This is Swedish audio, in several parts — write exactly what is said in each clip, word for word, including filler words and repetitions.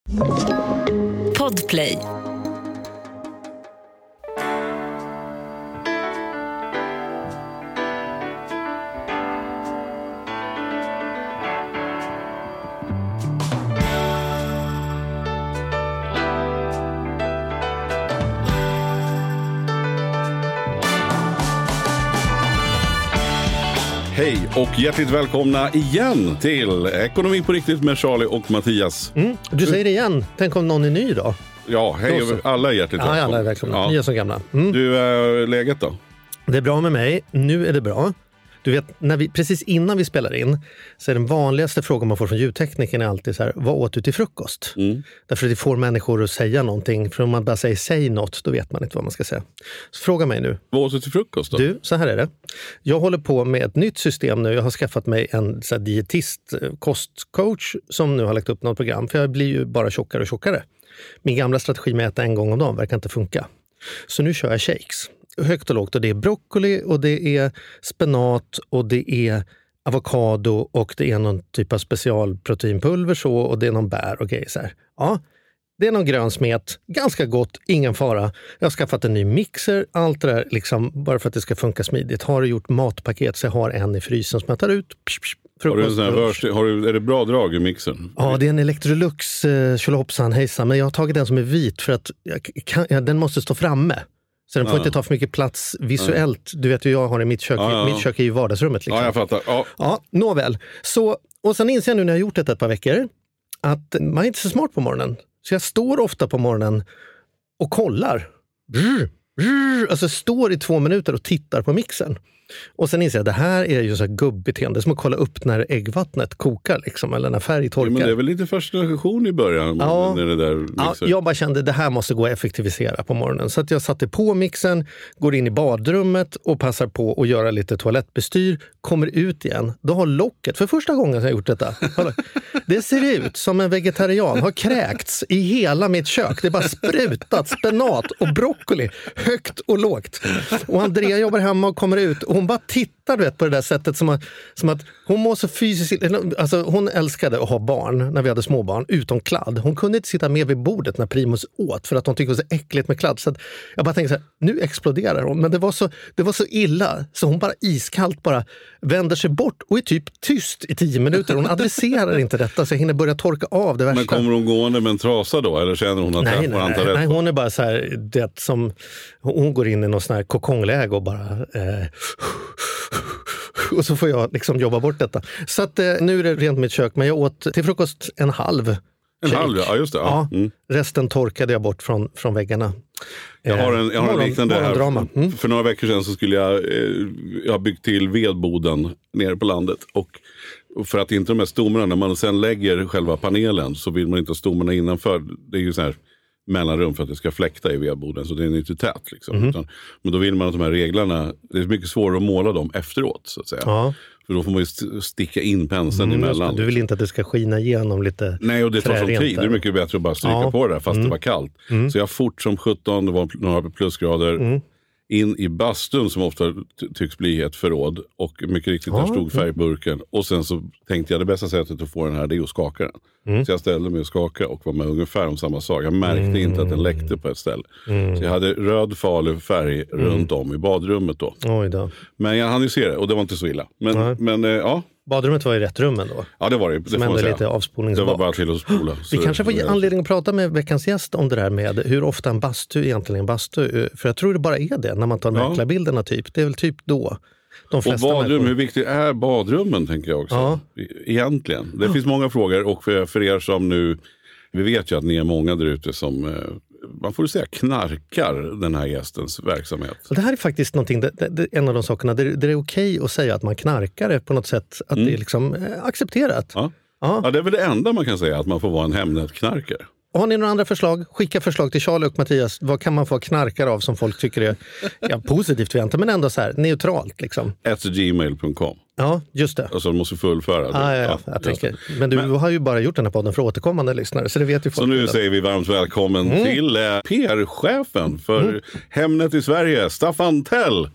Podplay. Hej och hjärtligt välkomna igen till Ekonomi på riktigt med Charlie och Mattias. Mm, du säger det igen. Tänk om någon är ny då? Ja, hej och alla är hjärtligt välkomna. Ja, alla är välkomna. Ja. Nya som gamla. Mm. Du, är läget då? Det är bra med mig. Nu är det bra. Du vet, när vi, precis innan vi spelar in så är den vanligaste frågan man får från ljudtekniken är alltid så här: vad åt du till frukost? Mm. Därför att det får människor att säga någonting. För om man bara säger säg något, då vet man inte vad man ska säga. Så fråga mig nu. Vad åt du till frukost då? Du, så här är det. Jag håller på med ett nytt system nu. Jag har skaffat mig en så här, dietist, kostcoach som nu har lagt upp något program. För jag blir ju bara tjockare och tjockare. Min gamla strategi med att äta en gång om dagen verkar inte funka. Så nu kör jag shakes. Högt och lågt, och det är broccoli och det är spenat och det är avokado och det är någon typ av specialproteinpulver så, och det är någon bär och grejer så här. Ja, det är någon grön smet, ganska gott, ingen fara. Jag har skaffat en ny mixer, allt det där liksom, bara för att det ska funka smidigt. Har du gjort matpaket så jag har en i frysen som jag tar ut. Psh, psh, har du en sån här vörst, har du, är det bra drag i mixern? Ja, det är en Electrolux eh, tjolhoppsan, hejsan, men jag har tagit den som är vit för att jag kan, ja, den måste stå framme. Så den får ja. inte ta för mycket plats visuellt. Du vet ju, jag har i mitt kök. Ja, ja. Mitt kök är ju vardagsrummet. Liksom. Ja, jag fattar. Ja. Ja, nåväl. Så, och sen inser jag nu när jag har gjort det ett par veckor att man är inte så smart på morgonen. Så jag står ofta på morgonen och kollar. Brr, brr, alltså står i två minuter och tittar på mixen. Och sen inser jag att det här är ju så här gubbbeteende. Som att kolla upp när äggvattnet kokar liksom, eller när färg torkar. Ja, men det är väl lite fascination i början. Ja, när det där ja, jag bara kände att det här måste gå att effektivisera på morgonen. Så att jag satte på mixen, går in i badrummet och passar på att göra lite toalettbestyr. Kommer ut igen. Då har locket, för första gången jag har gjort detta. Det ser ut som en vegetarian har kräkts i hela mitt kök. Det är bara sprutat spenat och broccoli. Högt och lågt. Och Andrea jobbar hemma och kommer ut. Och hon bara tittar, du vet, på det där sättet som att, som att hon mår så fysiskt. Alltså hon älskade att ha barn när vi hade småbarn utom kladd. Hon kunde inte sitta med vid bordet när Primus åt för att hon tyckte det var så äckligt med kladd. Så att jag bara tänkte så här, nu exploderar hon. Men det var, så, det var så illa så hon bara iskallt bara vänder sig bort och är typ tyst i tio minuter. Hon adresserar inte detta så jag hinner börja torka av det värsta. Men kommer hon gående med en trasa då? Eller känner hon att nej, nej, nej, nej, nej, hon är bara så här, det som, hon går in i någon sån här kokongläge och bara eh, och så får jag liksom jobba bort detta. Så att eh, nu är det rent mitt kök, men jag åt till frukost en halv. En halv, ja just det. Ja. Ja, mm. Resten torkade jag bort från, från väggarna. Jag har en, jag har Morgon, en liknande här. Mm. För några veckor sedan så skulle jag, eh, jag har byggt till vedboden nere på landet. Och, och för att inte de här stommarna, när man sen lägger själva panelen så vill man inte ha stommarna innanför. Det är ju så här mellanrum för att det ska fläkta i vedboden, så det är inte tät liksom. Mm. Utan, men då vill man att de här reglarna, det är mycket svårare att måla dem efteråt så att säga. Ja. För då får man ju sticka in penseln mm, emellan. Du vill inte att det ska skina igenom lite. Nej, och det tar sån tid. Det är mycket bättre att bara stryka ja. på det fast mm. det var kallt. Mm. Så jag fort som sjutton, det var några plusgrader, mm. in i bastun som ofta ty- tycks bli ett förråd. Och mycket riktigt där ja. stod färgburken. Och sen så tänkte jag det bästa sättet att få den här, det är att skaka den. Mm. Så jag ställde mig och skakade och var med ungefär om samma sak. Jag märkte mm. inte att den läckte på ett ställe. Mm. Så jag hade röd farlig färg mm. runt om i badrummet då. Oj då. Men jag hann ju se det och det var inte så illa. Men, men äh, ja. Badrummet var i rätt rum ändå. Ja, det var det. Det som ändå är lite avspolningsbart. Det var bara till att spola. Vi kanske får ge anledning att prata med veckans gäst om det där med hur ofta en bastu egentligen är en bastu. För jag tror det bara är det när man tar ja. mäklarbilderna typ. Det är väl typ då. De flesta och badrum, människor... hur viktigt är badrummen tänker jag också. Ja. Egentligen. Det ja. finns många frågor och för, för er som nu, vi vet ju att ni är många där ute som... man får säga knarkar den här gästens verksamhet. Och det här är faktiskt någonting, det, det, en av de sakerna, det, det är okej att säga att man knarkar det på något sätt, att mm. det är liksom eh, accepterat. Ja. Ja. ja, det är väl det enda man kan säga, att man får vara en Hemnet-knarkare. Har ni några andra förslag? Skicka förslag till Charlie och Mattias. Vad kan man få knarkare av som folk tycker är ja, positivt vänta, men ändå så här neutralt liksom. at gmail punkt com. Ja, just det. Alltså de måste fullföra. Ah, ja, ja, jag tänker. Men du men, har ju bara gjort den här podden för återkommande lyssnare, så det vet ju folk. Så nu säger vi varmt välkommen mm. till eh, P R-chefen för mm. Hemnet i Sverige, Staffan Tell.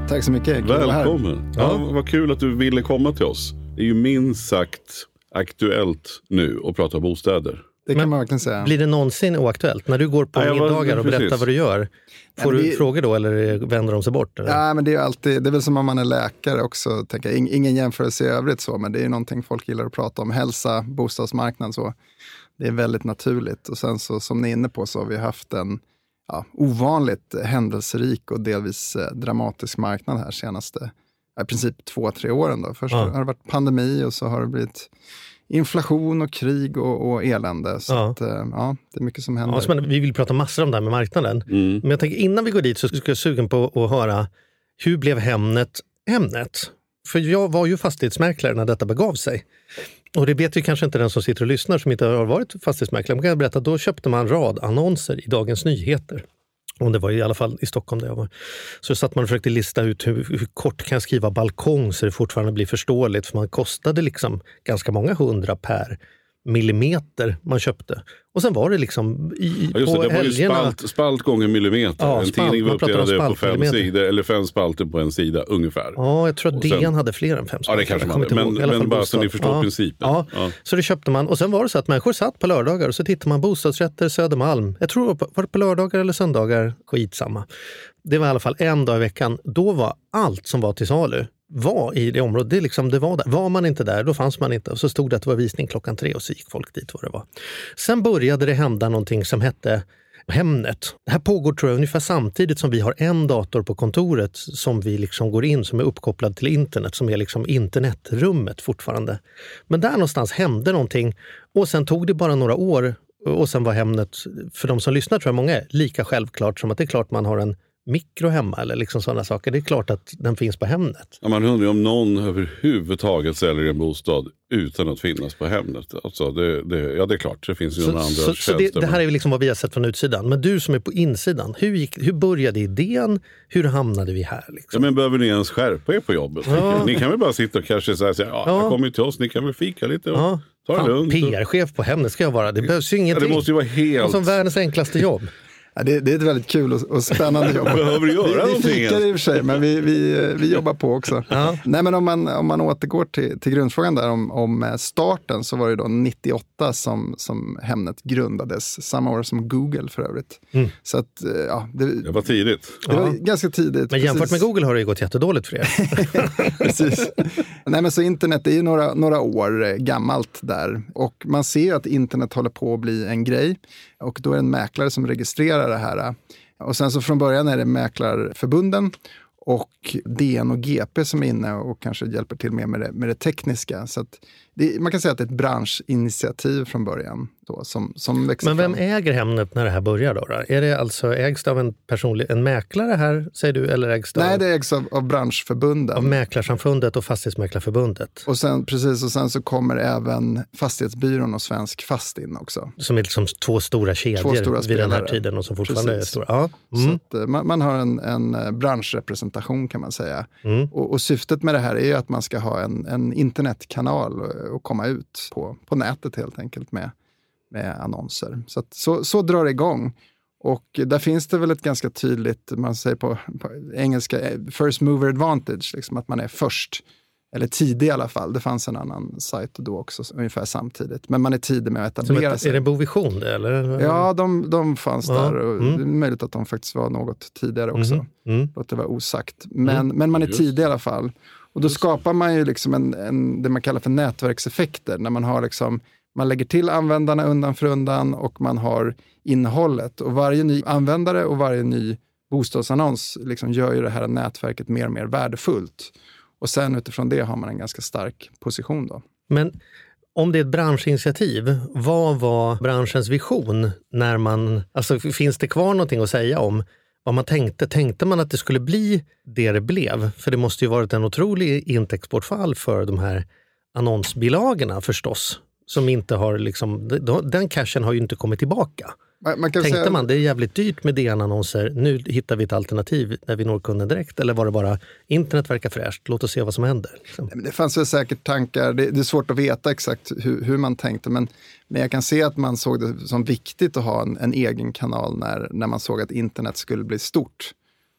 Tack så mycket. Välkommen. Ja. Ja, vad kul att du ville komma till oss. Det är ju minst sagt aktuellt nu att prata bostäder. Det kan men man verkligen säga. Blir det någonsin oaktuellt? När du går på ja, middagar och berättar precis. Vad du gör, får ja, du det... frågor då eller vänder de sig bort? Eller? Ja, men det är alltid, det är väl som om man är läkare också. Tänker. Ingen jämförelse i övrigt så, men det är ju någonting folk gillar att prata om. Hälsa, bostadsmarknad så. Det är väldigt naturligt. Och sen så som ni är inne på så har vi haft en ja, ovanligt händelserik och delvis eh, dramatisk marknad här senaste, i princip två, tre åren då. Först ja. har det varit pandemi och så har det blivit inflation och krig och, och elände. Så ja. Att, ja, det är mycket som händer. Ja, men vi vill prata massor om det här med marknaden. Mm. Men jag tänker innan vi går dit så ska jag sugen på att höra hur blev Hemnet Hemnet? För jag var ju fastighetsmäklare när detta begav sig. Och det vet ju kanske inte den som sitter och lyssnar som inte har varit fastighetsmäklare. Man kan berätta att då köpte man radannonser i Dagens Nyheter. Och det var i alla fall i Stockholm där jag var. Så satt man och försökte lista ut hur, hur kort kan jag skriva balkong så det fortfarande blir förståeligt. För man kostade liksom ganska många hundra per millimeter man köpte. Och sen var det liksom i, ja, just på det, det var helgerna... ju spalt, spalt gånger millimeter. Ja, en spalt, tidning var uppdelad på fem millimeter. sidor, eller fem spalter på en sida ungefär. Ja, jag tror att D N hade fler än fem spalter. Ja, det kanske man hade. Men, men, men bara så ni förstår ja, principen. Ja, ja, så det köpte man. Och sen var det så att människor satt på lördagar och så tittade man bostadsrätter Södermalm. Jag tror var det på lördagar eller söndagar, skitsamma. Det var i alla fall en dag i veckan. Då var allt som var till salu var i det området, det, liksom, det var där. Var man inte där, då fanns man inte. Och så stod det att det var visning klockan tre och så gick folk dit vad det var. Sen började det hända någonting som hette Hemnet. Det här pågår tror jag ungefär samtidigt som vi har en dator på kontoret som vi liksom går in, som är uppkopplad till internet, som är liksom internetrummet fortfarande. Men där någonstans hände någonting och sen tog det bara några år och sen var Hemnet, för de som lyssnar tror jag många är, lika självklart som att det är klart man har en mikro hemma eller liksom sådana saker. Det är klart att den finns på Hemnet. Ja, man undrar ju om någon överhuvudtaget säljer en bostad utan att finnas på Hemnet. Alltså det, det, ja, det är klart. Det finns ju några andra så, så det, det här är ju liksom vad vi har sett från utsidan. Men du som är på insidan, hur, gick, hur började idén? Hur hamnade vi här? Liksom? Ja, men behöver ni ens skärpa er på jobbet? Ja. Ni kan väl bara sitta och kanske säga, ja, ja. jag kommer till oss, ni kan väl fika lite och ja. ta det Fan, lugnt. P R-chef på Hemnet ska jag vara. Det behövs ju ingenting. Ja, det måste ju vara helt... Och som världens enklaste jobb. Ja, det, det är ett väldigt kul och, och spännande jobb. Behöver du göra vi, någonting? Vi fikar i och för sig, men vi, vi, vi jobbar på också. Ja. Nej, men om man, om man återgår till, till grundfrågan där om, om starten så var det då nittioåtta som, som Hemnet grundades. Samma år som Google för övrigt. Mm. Så att, ja, det, det var tidigt. Det var ja. ganska tidigt. Men jämfört precis. med Google har det ju gått jättedåligt för er. Precis. Nej, men så internet är ju några, några år gammalt där. Och man ser att internet håller på att bli en grej. Och då är det en mäklare som registrerar det här. Och sen så från början är det mäklarförbunden och D N och G P som är inne och kanske hjälper till med, med, det, med det tekniska. Så att det, man kan säga att det är ett branschinitiativ från början. Då, som, som Men vem fram. äger Hemnet när det här börjar då, då? Är det alltså ägs det av en personlig, en mäklare här, säger du? Eller ägs det Nej, av, det ägs av, av branschförbunden. Av Mäklarsamfundet och Fastighetsmäklarförbundet. Och sen, precis, och sen så kommer även Fastighetsbyrån och Svensk Fast in också. Som är liksom två stora kedjor två stora vid den här tiden och som fortfarande precis. är stora. Ja. Mm. Så att, man, man har en, en branschrepresentation kan man säga. Mm. Och, och syftet med det här är ju att man ska ha en, en internetkanal och, och komma ut på, på nätet helt enkelt med med annonser. Så, att, så, så drar det igång. Och där finns det väl ett ganska tydligt, man säger på, på engelska, first mover advantage, liksom att man är först. Eller tidig i alla fall. Det fanns en annan sajt då också, ungefär samtidigt. Men man är tidig med att etablera ett, sig. Är det Bovision det, eller? Ja, de, de fanns ja. där. Och mm. det är möjligt att de faktiskt var något tidigare också. Mm. Mm. Låt det vara osagt. Men, mm. men man är tidig i alla fall. Och då skapar man ju liksom en, en, det man kallar för nätverkseffekter. När man har liksom man lägger till användarna undan för undan och man har innehållet. Och varje ny användare och varje ny bostadsannons liksom gör ju det här nätverket mer och mer värdefullt. Och sen utifrån det har man en ganska stark position då. Men om det är ett branschinitiativ, vad var branschens vision när man, alltså finns det kvar någonting att säga om vad man tänkte? Tänkte man att det skulle bli det det blev? För det måste ju varit en otrolig intäktsbortfall för de här annonsbilagorna förstås. Som inte har liksom, den cashen har ju inte kommit tillbaka. Man, man kan Tänkte säga... man, det är jävligt dyrt med D N-annonser, nu hittar vi ett alternativ där vi når kunden direkt, eller var det bara internet verkar fräscht, låt oss se vad som händer. Liksom. Nej, men det fanns väl säkert tankar, det, det är svårt att veta exakt hur, hur man tänkte, men, men jag kan se att man såg det som viktigt att ha en, en egen kanal när, när man såg att internet skulle bli stort.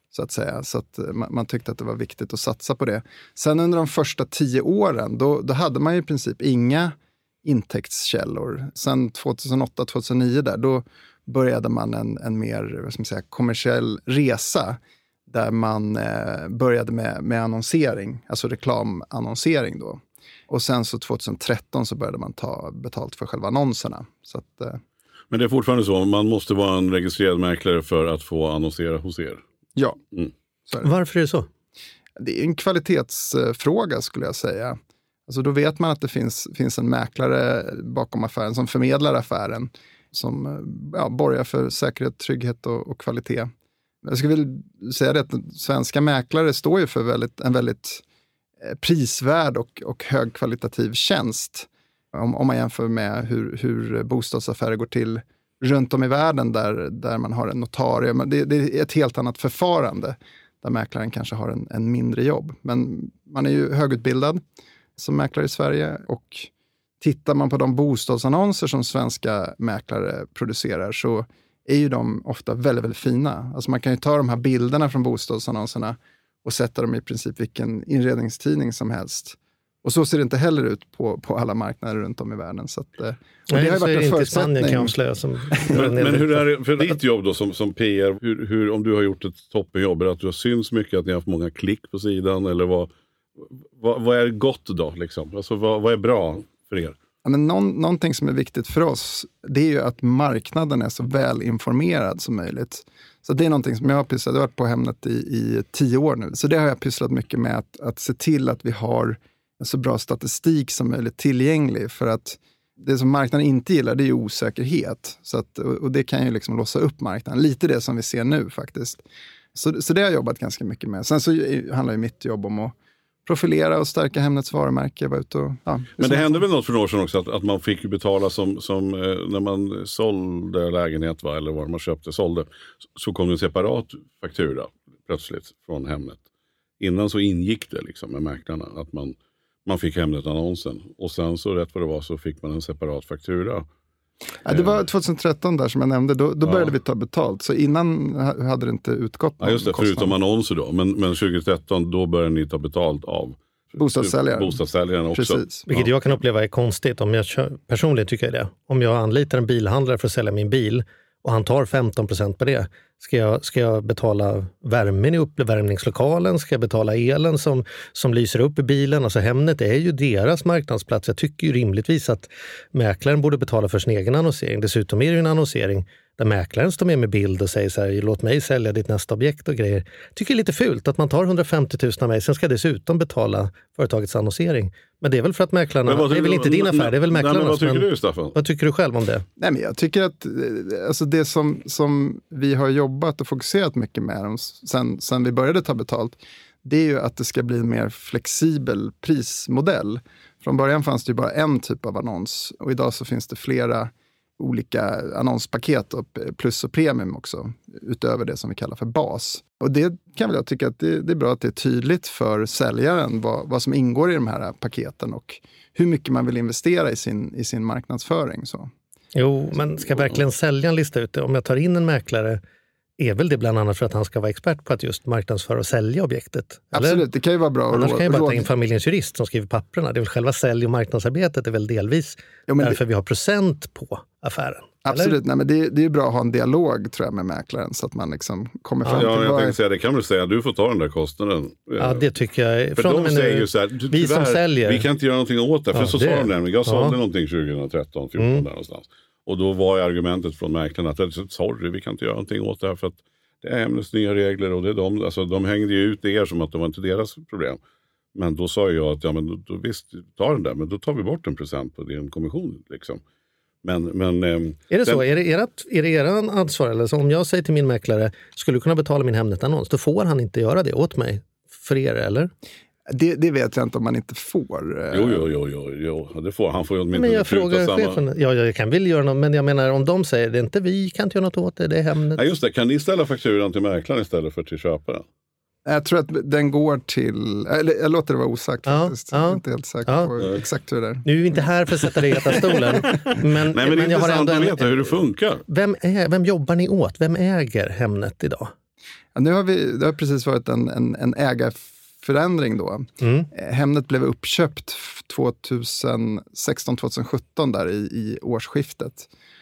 så att säga. Så att man, man tyckte att det var viktigt att satsa på det. Sen under de första tio åren, då, då hade man ju i princip inga intäktskällor. Sen tjugohundraåtta tjugohundranio där, då började man en, en mer vad ska man säga, kommersiell resa där man eh, började med, med annonsering, alltså reklamannonsering då. Och sen så tjugotretton så började man ta betalt för själva annonserna. Så att, eh, Men det är fortfarande så, man måste vara en registrerad mäklare för att få annonsera hos er? Ja. Mm. Så är det. Varför är det så? Det är en kvalitetsfråga skulle jag säga. Alltså då vet man att det finns, finns en mäklare bakom affären som förmedlar affären. Som ja, borgar för säkerhet, trygghet och, och kvalitet. Jag skulle vilja säga det att svenska mäklare står ju för väldigt, en väldigt prisvärd och, och högkvalitativ tjänst. Om, om man jämför med hur, hur bostadsaffärer går till runt om i världen där, där man har en notarie. Det, det är ett helt annat förfarande där mäklaren kanske har en, en mindre jobb. Men man är ju högutbildad som mäklare i Sverige och tittar man på de bostadsannonser som svenska mäklare producerar så är ju de ofta väldigt, väldigt fina. Alltså man kan ju ta de här bilderna från bostadsannonserna och sätta dem i princip vilken inredningstidning som helst. Och så ser det inte heller ut på, på alla marknader runt om i världen. Så att, och Nej, det har ju så varit en inte Spanien kan jag slöja som men, men hur är det för ditt jobb då som, som P R? Hur, hur, om du har gjort ett toppenjobb, är det att du har syns mycket, att ni har haft många klick på sidan? Eller vad, vad, vad är gott då? Liksom? Alltså, vad, vad är bra för er? Ja, men någon, någonting som är viktigt för oss, det är ju att marknaden är så väl informerad som möjligt. Så det är någonting som jag har pysslat, jag har varit på Hemnet i, i tio år nu. Så det har jag pysslat mycket med, att, att se till att vi har en så bra statistik som möjligt tillgänglig. För att det som marknaden inte gillar, det är ju osäkerhet. Så att, och, och det kan ju liksom låsa upp marknaden. Lite det som vi ser nu faktiskt. Så, så det har jag jobbat ganska mycket med. Sen så handlar ju mitt jobb om att profilera och stärka Hemnets varumärke. Var ute och, ja, Men det hände väl något för några år sedan också att, att man fick ju betala som, som eh, när man sålde lägenhet, va, eller vad man köpte, sålde, så kom det en separat faktura plötsligt från Hemnet. Innan så ingick det liksom med mäklarna att man, man fick Hemnet-annonsen och sen så rätt vad det var så fick man en separat faktura. Ja, det var tjugotretton där som jag nämnde, då, då började ja. vi ta betalt. Så innan hade det inte utgått någon ja, just det, kostnad. Förutom annonser då. Men, men tjugotretton då började ni ta betalt av bostadssäljaren. bostadssäljaren också. Precis. Vilket jag kan uppleva är konstigt. Om jag kör, personligen tycker jag det. Om jag anlitar en bilhandlare för att sälja min bil och han tar femton procent på det. Ska jag, ska jag betala värmen i uppvärmningslokalen? Ska jag betala elen som, som lyser upp i bilen? Alltså Hemnet är ju deras marknadsplats. Jag tycker ju rimligtvis att mäklaren borde betala för sin egen annonsering. Dessutom är det ju en annonsering där mäklaren står med med bild och säger så här, låt mig sälja ditt nästa objekt och grejer. Tycker det är lite fult att man tar hundrafemtio tusen av mig, sen ska dessutom betala företagets annonsering. Men det är väl för att mäklarna, det är väl inte din affär, det är väl mäklarna. Vad tycker du, Staffan? Vad tycker du själv om det? Nej, men jag tycker att alltså det som, som vi har jobbat och fokuserat mycket med dem sen, sen vi började ta betalt, det är ju att det ska bli en mer flexibel prismodell. Från början fanns det ju bara en typ av annons och idag så finns det flera olika annonspaket och plus och premium också, utöver det som vi kallar för bas. Och det kan väl jag tycka att det, det är bra att det är tydligt för säljaren vad, vad som ingår i de här paketen och hur mycket man vill investera i sin, i sin marknadsföring. Så. Jo, men ska verkligen säljaren lista ut det? Om jag tar in en mäklare, är väl det bland annat för att han ska vara expert på att just marknadsföra och sälja objektet? Eller? Absolut, det kan ju vara bra. Annars råd, kan jag bara råd. ta in familjens jurist som skriver papperna. Det är väl själva sälj- och marknadsarbetet är väl delvis jo, därför det... vi har procent på affären. Absolut, nej, men det, det är bra att ha en dialog tror jag med mäklaren så att man liksom kommer fram ja, till jag vad... tänkte säga, det kan väl säga att du får ta den där kostnaden. Ja, det tycker jag. För Från de säger nu, ju så här, du, vi som säljer. Vi kan inte göra någonting åt det, för ja, så det. sa de nämligen. Jag sålde ja. någonting tjugotretton fjorton mm. där någonstans. Och då var argumentet från mäklarna att sorry, vi kan inte göra någonting åt det här för att det är Hemnets nya regler och det är de, alltså de hängde ju ut er som att det var inte deras problem. Men då sa jag att ja, men då, då visst, ta den där, men då tar vi bort en procent på din kommission liksom. Men, men, är det den, så? Är det, ert, är det eran ansvar? Eller så om jag säger till min mäklare, skulle du kunna betala min Hemnet-annons? Då får han inte göra det åt mig. För er, eller? Det, det vet jag inte om man inte får. Jo, jo, jo, jo, jo. Det får, han får ju åtminstone men jag frågar samma... chefen. Ja, jag kan väl göra något, men jag menar om de säger det är inte vi, kan inte göra något åt det, det är Hemnet. Ja, just det. Kan ni ställa fakturan till mäklaren istället för till köparen? Jag tror att den går till, eller jag låter det vara osagt ja, faktiskt. Ja, jag är inte helt säker ja. på exakt hur det är. Nu är vi inte här för att sätta dig i heta stolen. Men, Nej, men, men det är jag har intressant ändå att en, veta hur det funkar. Vem, är, vem jobbar ni åt? Vem äger Hemnet idag? Ja, nu har vi, det har precis varit en, en, en ägarförändring då. Mm. Hemnet blev uppköpt tjugohundrasexton tjugosjutton där i, i årsskiftet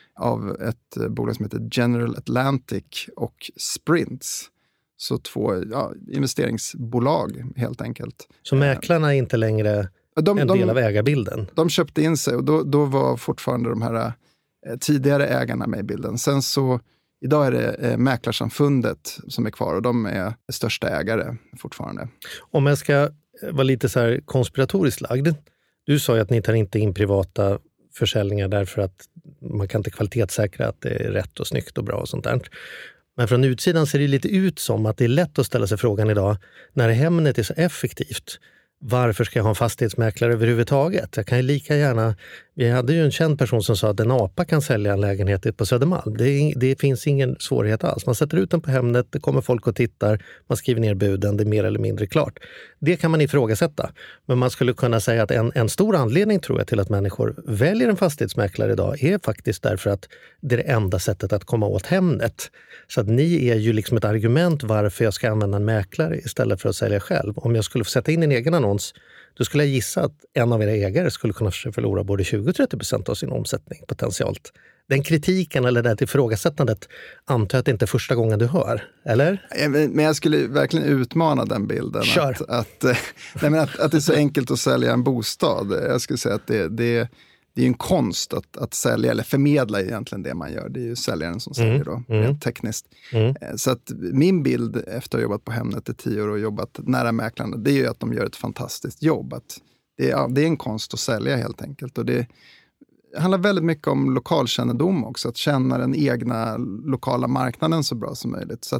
av ett bolag som heter General Atlantic och Sprints. Så två ja, investeringsbolag helt enkelt. Så mäklarna är inte längre de, en del de, av ägarbilden? De köpte in sig och då, då var fortfarande de här eh, tidigare ägarna med i bilden. Sen så, idag är det eh, Mäklarsamfundet som är kvar och de är största ägare fortfarande. Om jag ska vara lite så här konspiratoriskt lagd. Du sa ju att ni tar inte in privata försäljningar därför att man kan inte kvalitetssäkra att det är rätt och snyggt och bra och sånt där. Men från utsidan ser det lite ut som att det är lätt att ställa sig frågan idag, när Hemnet är så effektivt, varför ska jag ha en fastighetsmäklare överhuvudtaget? Jag kan ju lika gärna, vi hade ju en känd person som sa att en apa kan sälja en lägenhet på Södermalm. Det, är, det finns ingen svårighet alls. Man sätter ut den på Hemnet, det kommer folk och tittar, man skriver ner buden, det är mer eller mindre klart. Det kan man ifrågasätta. Men man skulle kunna säga att en, en stor anledning tror jag till att människor väljer en fastighetsmäklare idag är faktiskt därför att det är det enda sättet att komma åt Hemnet. Så att ni är ju liksom ett argument varför jag ska använda en mäklare istället för att sälja själv. Om jag skulle få sätta in en egen annons, då skulle jag gissa att en av era ägare skulle kunna förlora både tjugo till trettio procent av sin omsättning potentiellt. Den kritiken eller det ifrågasättandet antar jag att det inte är första gången du hör, eller? Men jag skulle verkligen utmana den bilden. Kör. Att, att, nej men att, att det är så enkelt att sälja en bostad. Jag skulle säga att det, det, det är en konst att, att sälja, eller förmedla egentligen det man gör. Det är ju säljaren som säljer då, mm. rent tekniskt. Mm. Så att min bild efter att ha jobbat på Hemnet i tio år och jobbat nära mäklarna, det är ju att de gör ett fantastiskt jobb. Att det, är, ja, det är en konst att sälja helt enkelt. Och det Det handlar väldigt mycket om lokalkännedom också. Att känna den egna lokala marknaden så bra som möjligt. Så att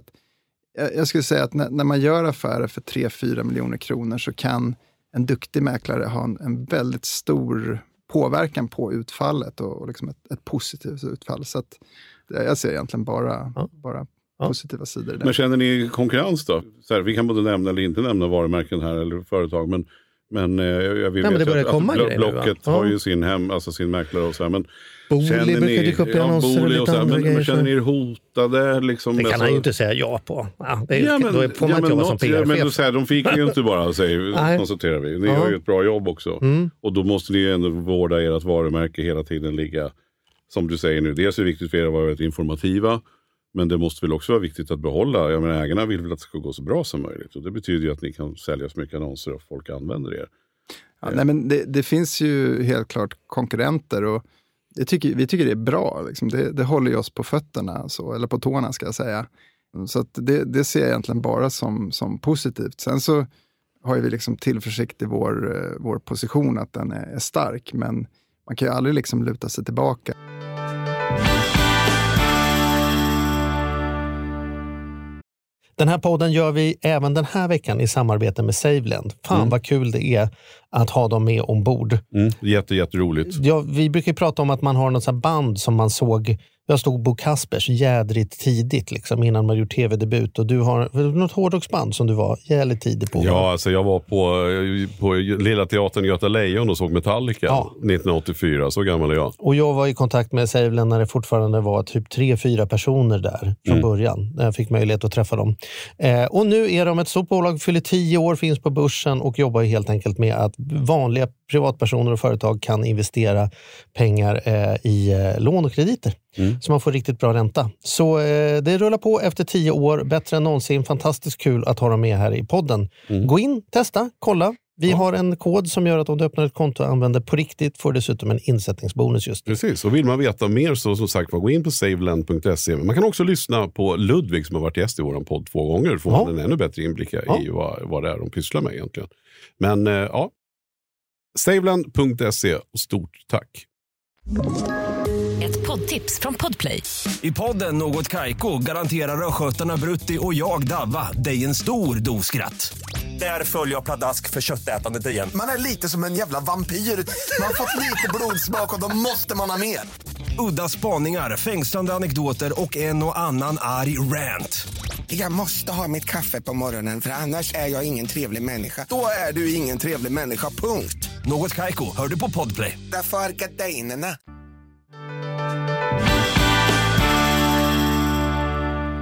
jag skulle säga att när, när man gör affärer för tre till fyra miljoner kronor så kan en duktig mäklare ha en, en väldigt stor påverkan på utfallet och, och liksom ett, ett positivt utfall. Så att jag ser egentligen bara, ja. bara ja. positiva sidor i det. Men känner ni konkurrens då? Så här, vi kan både nämna eller inte nämna varumärken här eller företag, men Men, eh, jag vill ja, men det börjar att, komma att grejer Blocket nu, har ju sin hem, alltså sin mäklare och så här, men Booli brukar dyka upp i annonser och lite andra men, grejer. Men känner ni er hotade? Liksom, det kan alltså, han ju inte säga ja på. Ja, det är, ja, men, då får man ja, inte jobba något, som P R-chef. Ja, men så här, de fick ju inte bara, säger, konstaterar vi. Ni ja. har ju ett bra jobb också. Mm. Och då måste ni ju ändå vårda ert varumärke hela tiden ligga, som du säger nu. Dels är det viktigt för er att vara informativa. Men det måste väl också vara viktigt att behålla. Jag menar, ägarna vill väl att det ska gå så bra som möjligt. Och det betyder ju att ni kan sälja så mycket annonser och folk använder er. Ja, nej, men det, det finns ju helt klart konkurrenter och det tycker, vi tycker det är bra. Liksom. Det, det håller ju oss på fötterna, så, eller på tårna ska jag säga. Så att det, det ser jag egentligen bara som, som positivt. Sen så har vi liksom tillförsikt i vår, vår position att den är, är stark. Men man kan ju aldrig liksom luta sig tillbaka. Den här podden gör vi även den här veckan i samarbete med SaveLend. Fan mm. vad kul det är att ha dem med ombord. Mm. Jätte, jätteroligt. Ja, vi brukar prata om att man har något sånt band som man såg. Jag stod Bo Kaspers jädrigt tidigt liksom, innan man gjort tv-debut. Och du har något hårdrocksband som du var jävligt tidig på. Ja, alltså jag var på, på Lilla Teatern Göta Lejon och såg Metallica ja. nittonhundraåttiofyra. Så gammal är jag. Och jag var i kontakt med SaveLend när det fortfarande var typ tre, fyra personer där från mm. början. När jag fick möjlighet att träffa dem. Eh, och nu är de ett stort bolag, fyller tio år, finns på börsen och jobbar helt enkelt med att vanliga privatpersoner och företag kan investera pengar eh, i eh, lån och krediter. Mm. Så man får riktigt bra ränta. Så eh, det rullar på efter tio år. Bättre än någonsin. Fantastiskt kul att ha dem med här i podden. Mm. Gå in, testa, kolla. Vi ja. har en kod som gör att om du öppnar ett konto och använder på riktigt får dessutom en insättningsbonus just nu. Precis, och vill man veta mer så som sagt gå in på saveland punkt se. Man kan också lyssna på Ludvig som har varit gäst i vår podd två gånger. Får ja. man en ännu bättre inblick ja. i vad, vad det är de pysslar med egentligen. Men eh, ja, saveland punkt se och stort tack. Ett poddtips från Podplay. I podden Något Kaiko garanterar röskötarna Brutti och jag Davva dig en stor doskratt. Där följer jag pladask för köttätandet igen. Man är lite som en jävla vampyr. Man har fått lite blodsmak och då måste man ha mer. Udda spaningar, fängslande anekdoter och en och annan arg rant. Jag måste ha mitt kaffe på morgonen för annars är jag ingen trevlig människa. Då är du ingen trevlig människa, punkt. Något Kaiko, hör du på Podplay. Därför är gardinerna.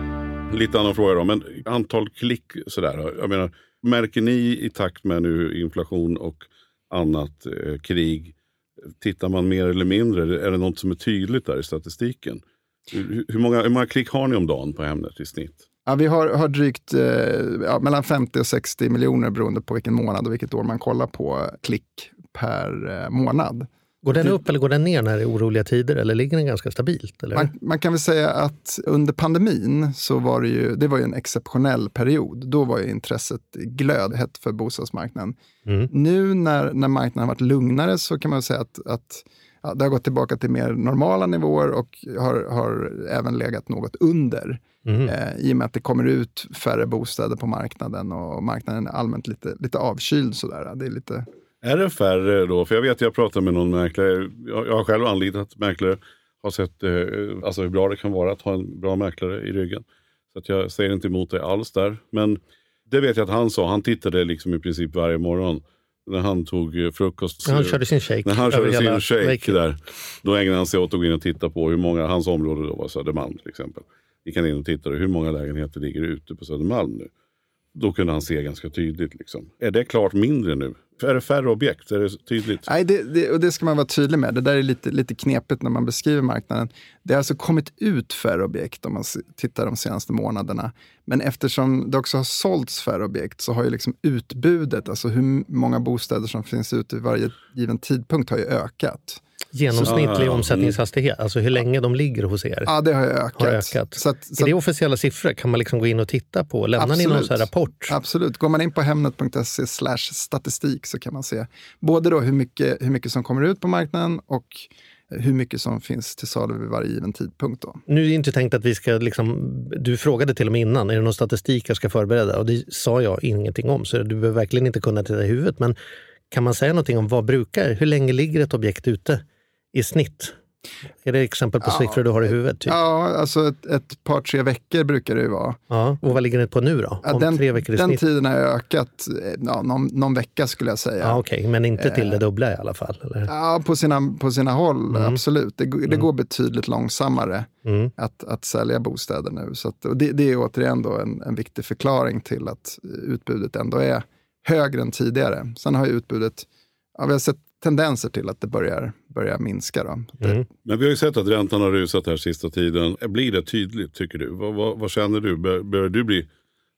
Lite annan fråga då, men antal klick sådär. Jag menar, märker ni i takt med nu inflation och annat eh, krig, tittar man mer eller mindre? Är det något som är tydligt där i statistiken? Hur, hur, många, hur många klick har ni om dagen på Hemnet i snitt? Ja, vi har, har drygt eh, ja, mellan femtio och sextio miljoner beroende på vilken månad och vilket år man kollar på klick per eh, månad. Går den upp eller går den ner när det är oroliga tider eller ligger den ganska stabilt? Eller? Man, man kan väl säga att under pandemin så var det ju, det var ju en exceptionell period. Då var ju intresset glödhett för bostadsmarknaden. Mm. Nu när, när marknaden har varit lugnare så kan man säga att, att ja, det har gått tillbaka till mer normala nivåer och har, har även legat något under. Mm. Eh, I och med att det kommer ut färre bostäder på marknaden och marknaden är allmänt lite, lite avkyld sådär. Det är lite... Är det färre då? För jag vet att jag pratar med någon mäklare. Jag, jag har själv anlitat mäklare. Har sett eh, alltså hur bra det kan vara att ha en bra mäklare i ryggen. Så att jag säger inte emot det alls där. Men det vet jag att han sa. Han tittade liksom i princip varje morgon. När han tog frukost. När han körde sin shake. När han körde sin shake där. Då ägnade han sig åt att gå in och titta på hur många, hans område då var Södermalm till exempel. Gick han in och tittade hur många lägenheter ligger ute på Södermalm nu. Då kunde han se ganska tydligt liksom. Är det klart mindre nu? Är det färre objekt? Är det tydligt? Nej, det, det, och det ska man vara tydlig med. Det där är lite, lite knepigt när man beskriver marknaden. Det har alltså kommit ut färre objekt om man tittar de senaste månaderna. Men eftersom det också har sålts färre objekt så har ju liksom utbudet, alltså hur många bostäder som finns ute i varje given tidpunkt har ju ökat. Genomsnittlig omsättningshastighet, alltså hur länge de ligger hos er. Ja, det har ökat. Har ökat. Så att, så är det officiella siffror? Kan man liksom gå in och titta på? Lämnar absolut. Ni någon sån här rapport? Absolut. Går man in på hemnet punkt se slash statistik så kan man se både då hur mycket, hur mycket som kommer ut på marknaden och hur mycket som finns till salu vid varje given tidpunkt då. Nu är det inte tänkt att vi ska liksom, du frågade till och med innan, är det någon statistik jag ska förbereda? Och det sa jag ingenting om, så du behöver verkligen inte kunna till det i huvudet. Men kan man säga någonting om vad brukar, hur länge ligger ett objekt ute i snitt? Är det exempel på ja, siffror du har i huvudet? Typ? Ja, alltså ett, ett par, tre veckor brukar det ju vara. Ja, och vad ligger det på nu då? Ja, den, tre veckor i den snitt? Tiden har ökat ja, någon, någon vecka skulle jag säga. Ja, okej, okay. Men inte till det dubbla i alla fall? Eller? Ja, på sina, på sina håll, mm. absolut. Det, det mm. går betydligt långsammare mm. att, att sälja bostäder nu. Så att, och det, det är återigen då en, en viktig förklaring till att utbudet ändå är högre än tidigare. Sen har ju utbudet, ja, vi har sett tendenser till att det börjar, börjar minska. Då. Mm. Men vi har ju sett att räntan har rusat här sista tiden. Blir det tydligt tycker du? Vad, vad, vad känner du? Bör, börjar du bli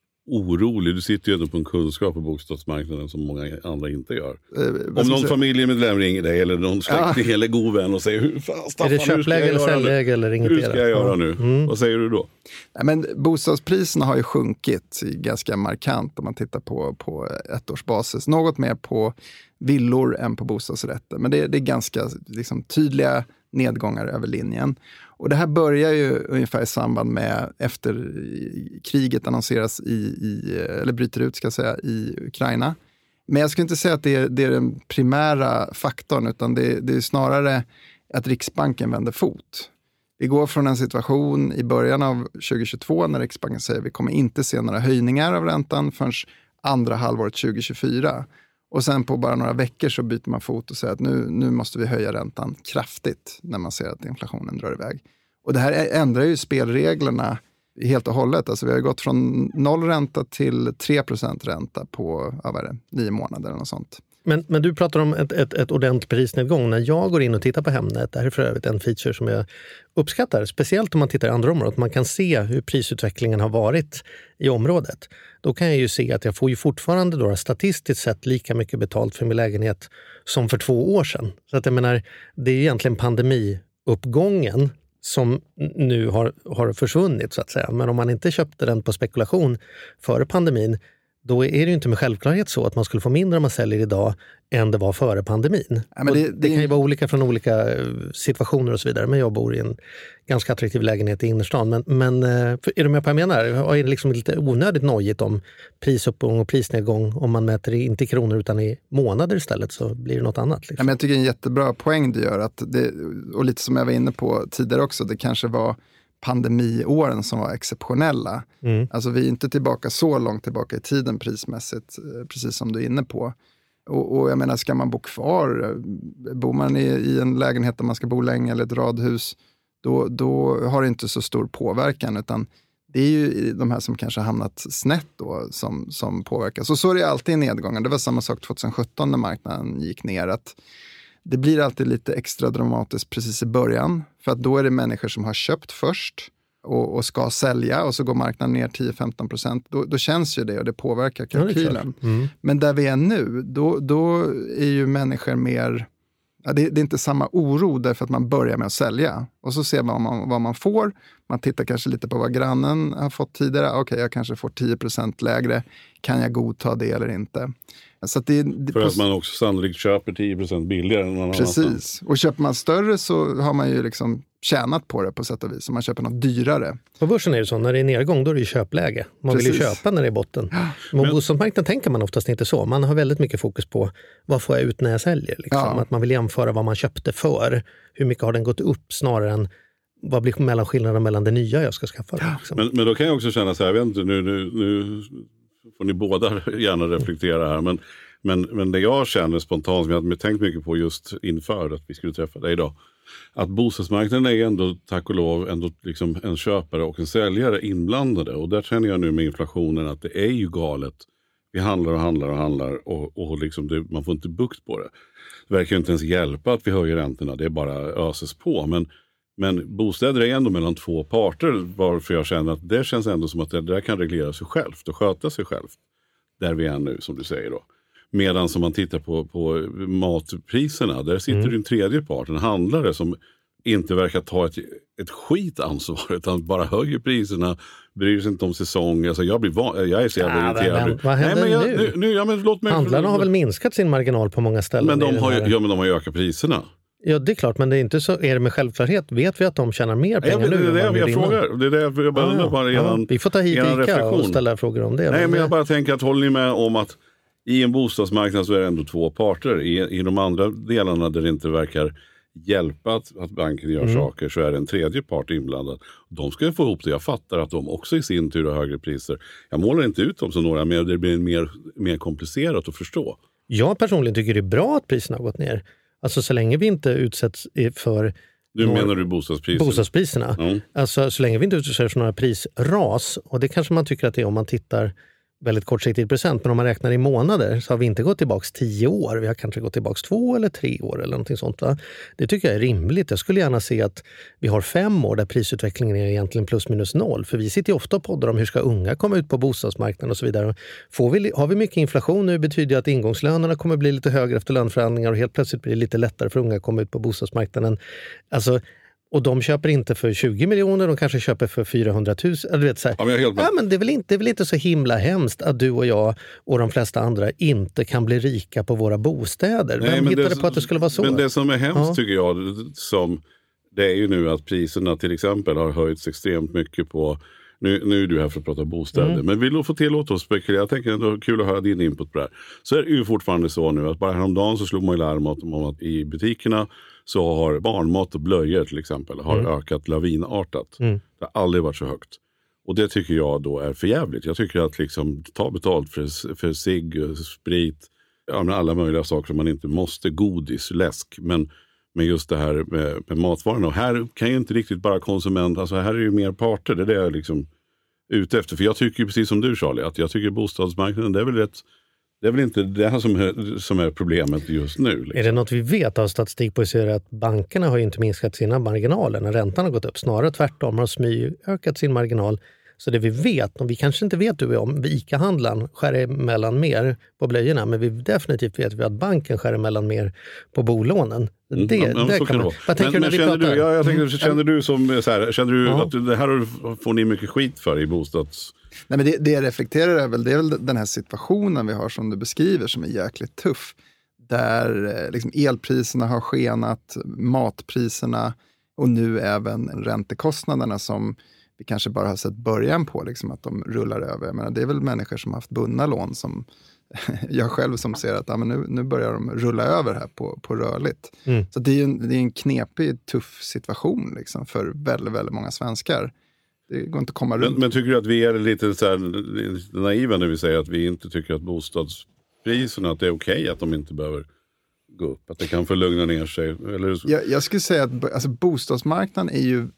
orolig? Du sitter ju ändå på en kunskap på bostadsmarknaden som många andra inte gör. Eh, Om någon familjemedlem ringer dig eller någon släkting ja. eller god vän och säger hur fan Staffan, är det köpläge eller säljläge eller inget? Hur ska jag göra nu? Mm. Vad säger du då? Ja, men bostadspriserna har ju sjunkit ganska markant om man tittar på, på ettårsbasis. Något mer på villor än på bostadsrätter. Men det, det är ganska liksom, tydliga nedgångar över linjen. Och det här börjar ju ungefär i samband med efter kriget annonseras i, i eller bryter ut ska jag säga, i Ukraina. Men jag skulle inte säga att det är, det är den primära faktorn utan det, det är snarare att Riksbanken vänder fot. Vi går från en situation i början av tjugohundratjugotvå när Riksbanken säger att vi kommer inte se några höjningar av räntan förrän andra halvåret tjugohundratjugofyra. Och sen på bara några veckor så byter man fot och säger att nu, nu måste vi höja räntan kraftigt när man ser att inflationen drar iväg. Och det här ändrar ju spelreglerna helt och hållet. Alltså vi har gått från noll ränta till tre procent ränta på ja, vad är det, nio månader eller något sånt. Men, men du pratar om ett, ett, ett ordentligt prisnedgång. När jag går in och tittar på Hemnet, det här är för övrigt en feature som jag uppskattar, speciellt om man tittar i andra områden, man kan se hur prisutvecklingen har varit i området. Då kan jag ju se att jag får ju fortfarande då statistiskt sett lika mycket betalt för min lägenhet som för två år sedan. Så att jag menar, det är egentligen pandemiuppgången som nu har, har försvunnit så att säga. Men om man inte köpte den på spekulation före pandemin, då är det ju inte med självklarhet så att man skulle få mindre om man säljer idag än det var före pandemin. Ja, men det, det, det kan ju vara olika från olika situationer och så vidare. Men jag bor i en ganska attraktiv lägenhet i innerstan. Men, men är du med på vad jag menar? Är det liksom lite onödigt nojigt om prisuppgång och prisnedgång om man mäter det inte i kronor utan i månader istället så blir det något annat. Liksom. Ja, men jag tycker det är en jättebra poäng du gör. Att det, och lite som jag var inne på tidigare också, det kanske var pandemiåren som var exceptionella. Mm. Alltså vi är inte tillbaka så långt tillbaka i tiden prismässigt, precis som du är inne på. Och, och jag menar, ska man bo kvar, bor man i, i en lägenhet där man ska bo länge eller ett radhus, då, då har det inte så stor påverkan, utan det är ju de här som kanske har hamnat snett då som, som påverkas. Och så är det alltid i nedgången. Det var samma sak tjugohundrasjutton när marknaden gick ner. Att det blir alltid lite extra dramatiskt precis i början. För att då är det människor som har köpt först och, och ska sälja. Och så går marknaden ner tio till femton procent. Då, då känns ju det och det påverkar kalkylen. Ja, mm. Men där vi är nu, då, då är ju människor mer... Ja, det, det är inte samma oro därför att man börjar med att sälja. Och så ser man vad man, vad man får. Man tittar kanske lite på vad grannen har fått tidigare. Okej, okay, jag kanske får tio procent lägre. Kan jag godta det eller inte? Så att det, det, För att man också sannolikt köper tio procent billigare än någon annan. Precis. Och köper man större så har man ju liksom tjänat på det på sätt och vis. Så man köper något dyrare. På börsen är det så, när det är nedgång då är det ju köpläge. Man Precis. vill ju köpa när det är botten. Men på Men... bostadsmarknaden tänker man oftast inte så. Man har väldigt mycket fokus på vad får jag ut när jag säljer. Liksom. Ja. Att man vill jämföra vad man köpte för. Hur mycket har den gått upp snarare än vad blir mellanskillnaden mellan det nya jag ska skaffa. Ja. Liksom. Men, men då kan jag också känna så här, jag vet inte, nu, nu, nu får ni båda gärna reflektera här. Men, men, men det jag känner spontant, som jag hade tänkt mycket på just inför att vi skulle träffa dig idag. Att bostadsmarknaden är ändå, tack och lov, ändå liksom en köpare och en säljare inblandade. Och där känner jag nu med inflationen att det är ju galet. Vi handlar och handlar och handlar och, och liksom det, man får inte bukt på det. Det verkar ju inte ens hjälpa att vi höjer räntorna, det är bara öses på. Men, men bostäder är ändå mellan två parter, varför jag känner att det känns ändå som att det där kan reglera sig självt och sköta sig självt. Där vi är nu, som du säger då. Medan som man tittar på, på matpriserna, där sitter mm. en tredje part, en handlare som inte verkar ta ett, ett skitansvar utan bara höjer priserna, bryr sig inte om säsong. Alltså jag, blir van, jag är så jävla ja, irriterad. Men, vad händer Nej, men jag, nu? nu, ja, men låt mig, Handlarna har väl minskat sin marginal på många ställen. Men de har ju, ja, men de har ju ökat priserna. Ja, det är klart, men det är inte så, är det med självklart, vet vi att de tjänar mer pengar ja, men nu? Det är det jag, jag frågar, det är det jag bara undrar, bara ja, eran, vi får ta hit Ica och ställa frågor om det. Nej, men, men jag bara tänker att håller ni med om att i en bostadsmarknad så är det ändå två parter. I, i de andra delarna där det inte verkar hjälpa att, att banken gör mm. saker så är det en tredje part inblandad. De ska få ihop det. Jag fattar att de också i sin tur har högre priser. Jag målar inte ut dem som några, men det blir mer, mer komplicerat att förstå. Jag personligen tycker det är bra att priserna har gått ner. Alltså så länge vi inte utsätts för... Du några, menar du bostadspriserna? Bostadspriserna. Mm. Alltså så länge vi inte utsätts för några prisras, och det kanske man tycker att det är om man tittar väldigt kortsiktigt procent, men om man räknar i månader så har vi inte gått tillbaka tio år. Vi har kanske gått tillbaka två eller tre år eller någonting sånt. Va? Det tycker jag är rimligt. Jag skulle gärna se att vi har fem år där prisutvecklingen är egentligen plus minus noll. För vi sitter ju ofta och poddar om hur ska unga komma ut på bostadsmarknaden och så vidare. Får vi, har vi mycket inflation nu betyder det att ingångslönerna kommer bli lite högre efter löneförhandlingar och helt plötsligt blir det lite lättare för unga att komma ut på bostadsmarknaden. Alltså... Och de köper inte för tjugo miljoner, de kanske köper för fyrahundratusen. Du vet, så här. Ja, men, ja, men det, är väl inte, det är väl inte så himla hemskt att du och jag och de flesta andra inte kan bli rika på våra bostäder. Nej, Vem hittade det, på att det skulle vara så? Men det som är hemskt ja. tycker jag, som, det är ju nu att priserna till exempel har höjts extremt mycket på... Nu, nu är du här för att prata bostäder. Mm. Men vill du få tillåta oss spekulera? Jag tänker ändå kul att höra din input på det här. Så är det ju fortfarande så nu att bara häromdagen så slog man ju larm om att i butikerna så har barnmat och blöjor till exempel har mm. ökat lavinartat. Mm. Det har aldrig varit så högt. Och det tycker jag då är för jävligt. Jag tycker att liksom ta betalt för, för cigg, sprit, ja, men alla möjliga saker som man inte måste, godis, läsk. Men, men just det här med, med matvarorna. Och här kan ju inte riktigt bara konsument, alltså här är ju mer parter. Det är det jag är liksom ute efter. För jag tycker precis som du Charlie, att jag tycker bostadsmarknaden, det är väl rätt... Det är väl inte det här som är, som är problemet just nu. Liksom. Är det något vi vet av statistik på så är det att bankerna har ju inte minskat sina marginaler när räntan har gått upp. Snarare tvärtom har Smy ökat sin marginal. Så det vi vet, och vi kanske inte vet du om, Ica-handlaren skär emellan mer på blöjorna, men vi definitivt vet vi att banken skär emellan mer på bolånen. Det, mm, ja, det kan man. Vad tänker men, du när vi pratar? Du, ja, jag tänker, mm. Känner du som så här, känner du ja. att det här får ni mycket skit för i bostads... Nej, men det, det jag reflekterar är väl, det är väl den här situationen vi har som du beskriver som är jäkligt tuff. Där liksom elpriserna har skenat, matpriserna och nu även räntekostnaderna som vi kanske bara har sett början på, liksom, att de rullar över. Jag menar, det är väl människor som har haft bundna lån som jag själv som ser att ja, men nu, nu börjar de rulla över här på, på rörligt. Mm. Så det är ju en, det är en knepig, tuff situation liksom, för väldigt, väldigt många svenskar. Det går inte att komma runt. Men, men tycker du att vi är lite så här, lite naiva när vi säger att vi inte tycker att bostadspriserna, att det är okej okay, att de inte behöver gå upp? Att det kan få lugna ner sig? Eller... Jag, jag skulle säga att alltså, bostadsmarknaden är ju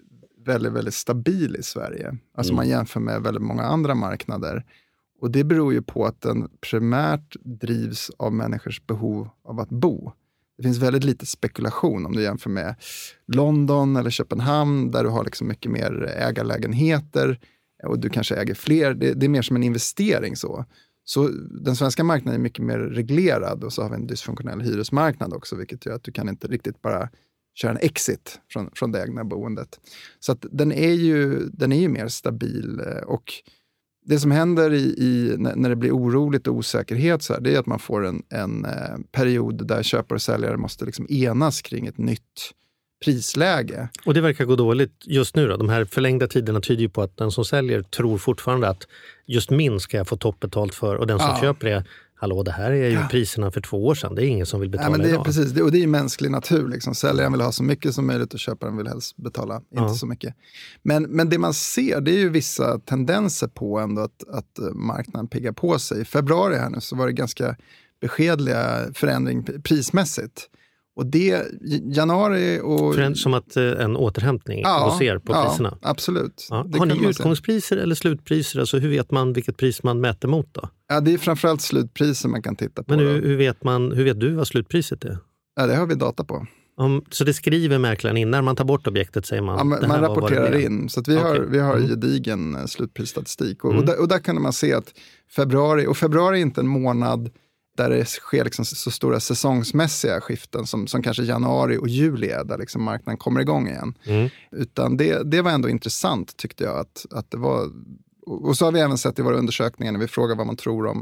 väldigt, väldigt stabil i Sverige. Alltså mm. man jämför med väldigt många andra marknader. Och det beror ju på att den primärt drivs av människors behov av att bo. Det finns väldigt lite spekulation om du jämför med London eller Köpenhamn där du har liksom mycket mer ägarlägenheter och du kanske äger fler. Det, det är mer som en investering så. Så den svenska marknaden är mycket mer reglerad och så har vi en dysfunktionell hyresmarknad också, vilket gör att du kan inte riktigt bara köra en exit från, från det egna boendet. Så att den är ju, den är ju mer stabil och det som händer i, i, när det blir oroligt och osäkerhet så här, det är att man får en, en eh, period där köpare och säljare måste liksom enas kring ett nytt prisläge. Och det verkar gå dåligt just nu då. De här förlängda tiderna tyder ju på att den som säljer tror fortfarande att just min ska jag få toppbetalt för och den som ja. köper det, hallå det här är ju ja. priserna för två år sedan. Det är ingen som vill betala ja, men det är, idag. Precis, det, och det är ju mänsklig natur. Liksom. Säljaren vill ha så mycket som möjligt och köparen vill helst betala ja. inte så mycket. Men, men det man ser det är ju vissa tendenser på ändå att, att marknaden piggar på sig. I februari här nu så var det ganska beskedliga förändring prismässigt. Och det, januari och... För en, som att en återhämtning ja, hos er på ja, priserna? Absolut. Ja. Har ni utgångspriser eller slutpriser? Alltså hur vet man vilket pris man mäter mot då? Ja, det är framförallt slutpriser man kan titta på. Men hur, hur, vet man, hur vet du vad slutpriset är? Ja, det har vi data på. Um, så det skriver mäklaren in när man tar bort objektet säger man? Ja, man, man rapporterar in. Så att vi, okay. har, vi har mm. gedigen slutprisstatistik. Och, mm. och, där, och där kan man se att februari, och februari är inte en månad där det sker liksom så stora säsongsmässiga skiften som, som kanske januari och juli är, där liksom marknaden kommer igång igen. Mm. Utan det, det var ändå intressant tyckte jag. Att, att det var, och så har vi även sett i våra undersökningar när vi frågar vad man tror om,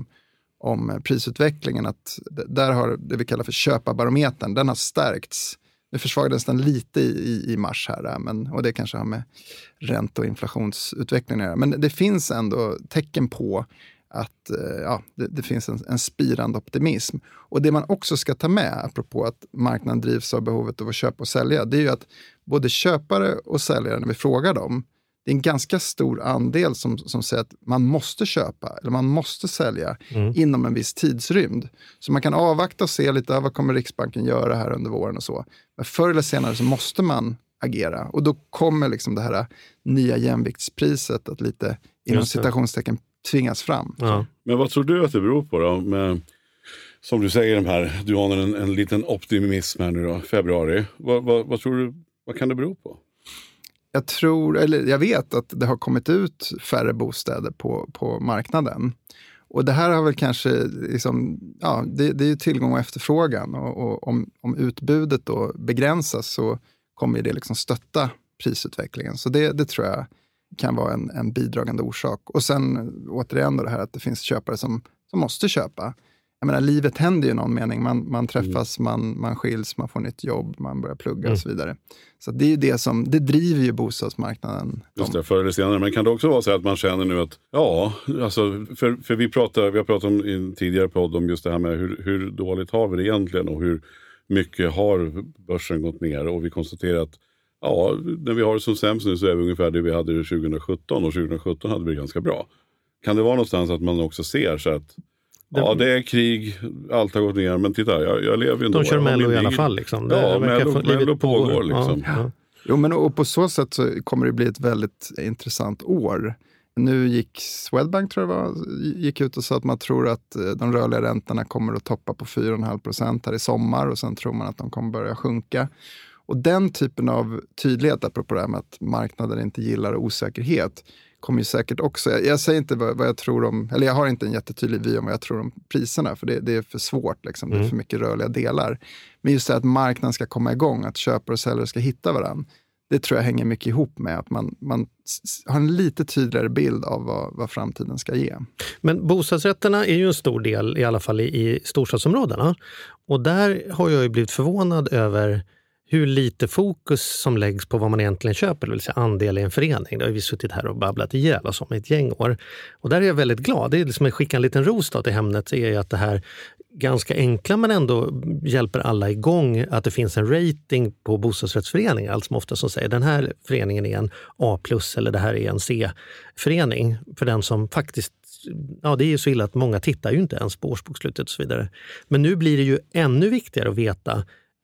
om prisutvecklingen, att där har det vi kallar för köparbarometern, den har stärkts. Nu försvagades den lite i, i mars här, men, och det kanske har med ränte- och inflationsutvecklingen att göra. Men det finns ändå tecken på att ja, det, det finns en, en spirande optimism. Och det man också ska ta med, apropå att marknaden drivs av behovet av att köpa och sälja, det är ju att både köpare och säljare, när vi frågar dem, det är en ganska stor andel som, som säger att man måste köpa eller man måste sälja mm. inom en viss tidsrymd. Så man kan avvakta och se lite av vad kommer Riksbanken göra här under våren och så. Men förr eller senare så måste man agera. Och då kommer liksom det här nya jämviktspriset att lite inom citationstecken tvingas fram. Ja. Men vad tror du att det beror på då? Med, som du säger, de här, du har en, en liten optimism här nu då, februari. Vad, vad, vad tror du, vad kan det bero på? Jag tror, eller jag vet att det har kommit ut färre bostäder på, på marknaden. Och det här har väl kanske, liksom, ja, det, det är ju tillgång och efterfrågan. Och, och om, om utbudet då begränsas så kommer det liksom stötta prisutvecklingen. Så det, det tror jag kan vara en, en bidragande orsak. Och sen återigen då det här att det finns köpare som, som måste köpa. Jag menar, livet händer ju i någon mening. Man, man träffas, mm. man, man skiljs, man får nytt jobb, man börjar plugga mm. och så vidare. Så det är ju det som, det driver ju bostadsmarknaden. Just det, förr eller senare. Men kan det också vara så att man känner nu att, ja, alltså, för, för vi, pratar, vi har pratat om i en tidigare podd om just det här med hur, hur dåligt har vi det egentligen och hur mycket har börsen gått ner. Och vi konstaterar att, ja, när vi har det som sämst nu så är vi ungefär det vi hade tjugo sjutton och tjugo sjutton hade vi det ganska bra. Kan det vara någonstans att man också ser så att ja, det är krig, allt har gått ner, men titta, jag, jag lever ju ändå. De kör Mello i alla fall liksom. Det ja, Mello, Mello pågår liksom. Ja, ja. Jo, men och på så sätt så kommer det bli ett väldigt intressant år. Nu gick Swedbank, tror jag var, gick ut och sa att man tror att de rörliga räntorna kommer att toppa på fyra komma fem procent här i sommar och sen tror man att de kommer börja sjunka. Och den typen av tydlighet, apropå det här med att marknaden inte gillar osäkerhet, kommer ju säkert också, jag, jag säger inte vad, vad jag tror om, eller jag har inte en jättetydlig vy om vad jag tror om priserna, för det, det är för svårt liksom, mm. det är för mycket rörliga delar. Men just det att marknaden ska komma igång, att köpare och säljare ska hitta varandra, det tror jag hänger mycket ihop med att man, man har en lite tydligare bild av vad, vad framtiden ska ge. Men bostadsrätterna är ju en stor del, i alla fall i, i storstadsområdena. Och där har jag ju blivit förvånad över hur lite fokus som läggs på vad man egentligen köper, det vill säga andel i en förening. Det har vi suttit här och babblat ihjäl oss om ett gäng år. Och där är jag väldigt glad. Det är liksom att skicka en liten ros till Hemnet, är ju att det här ganska enkla men ändå hjälper alla igång, att det finns en rating på bostadsrättsföreningar, allt som ofta som säger den här föreningen är en A plus eller det här är en C-förening för den som faktiskt, ja det är ju så illa att många tittar ju inte ens på årsbokslutet och så vidare. Men nu blir det ju ännu viktigare att veta,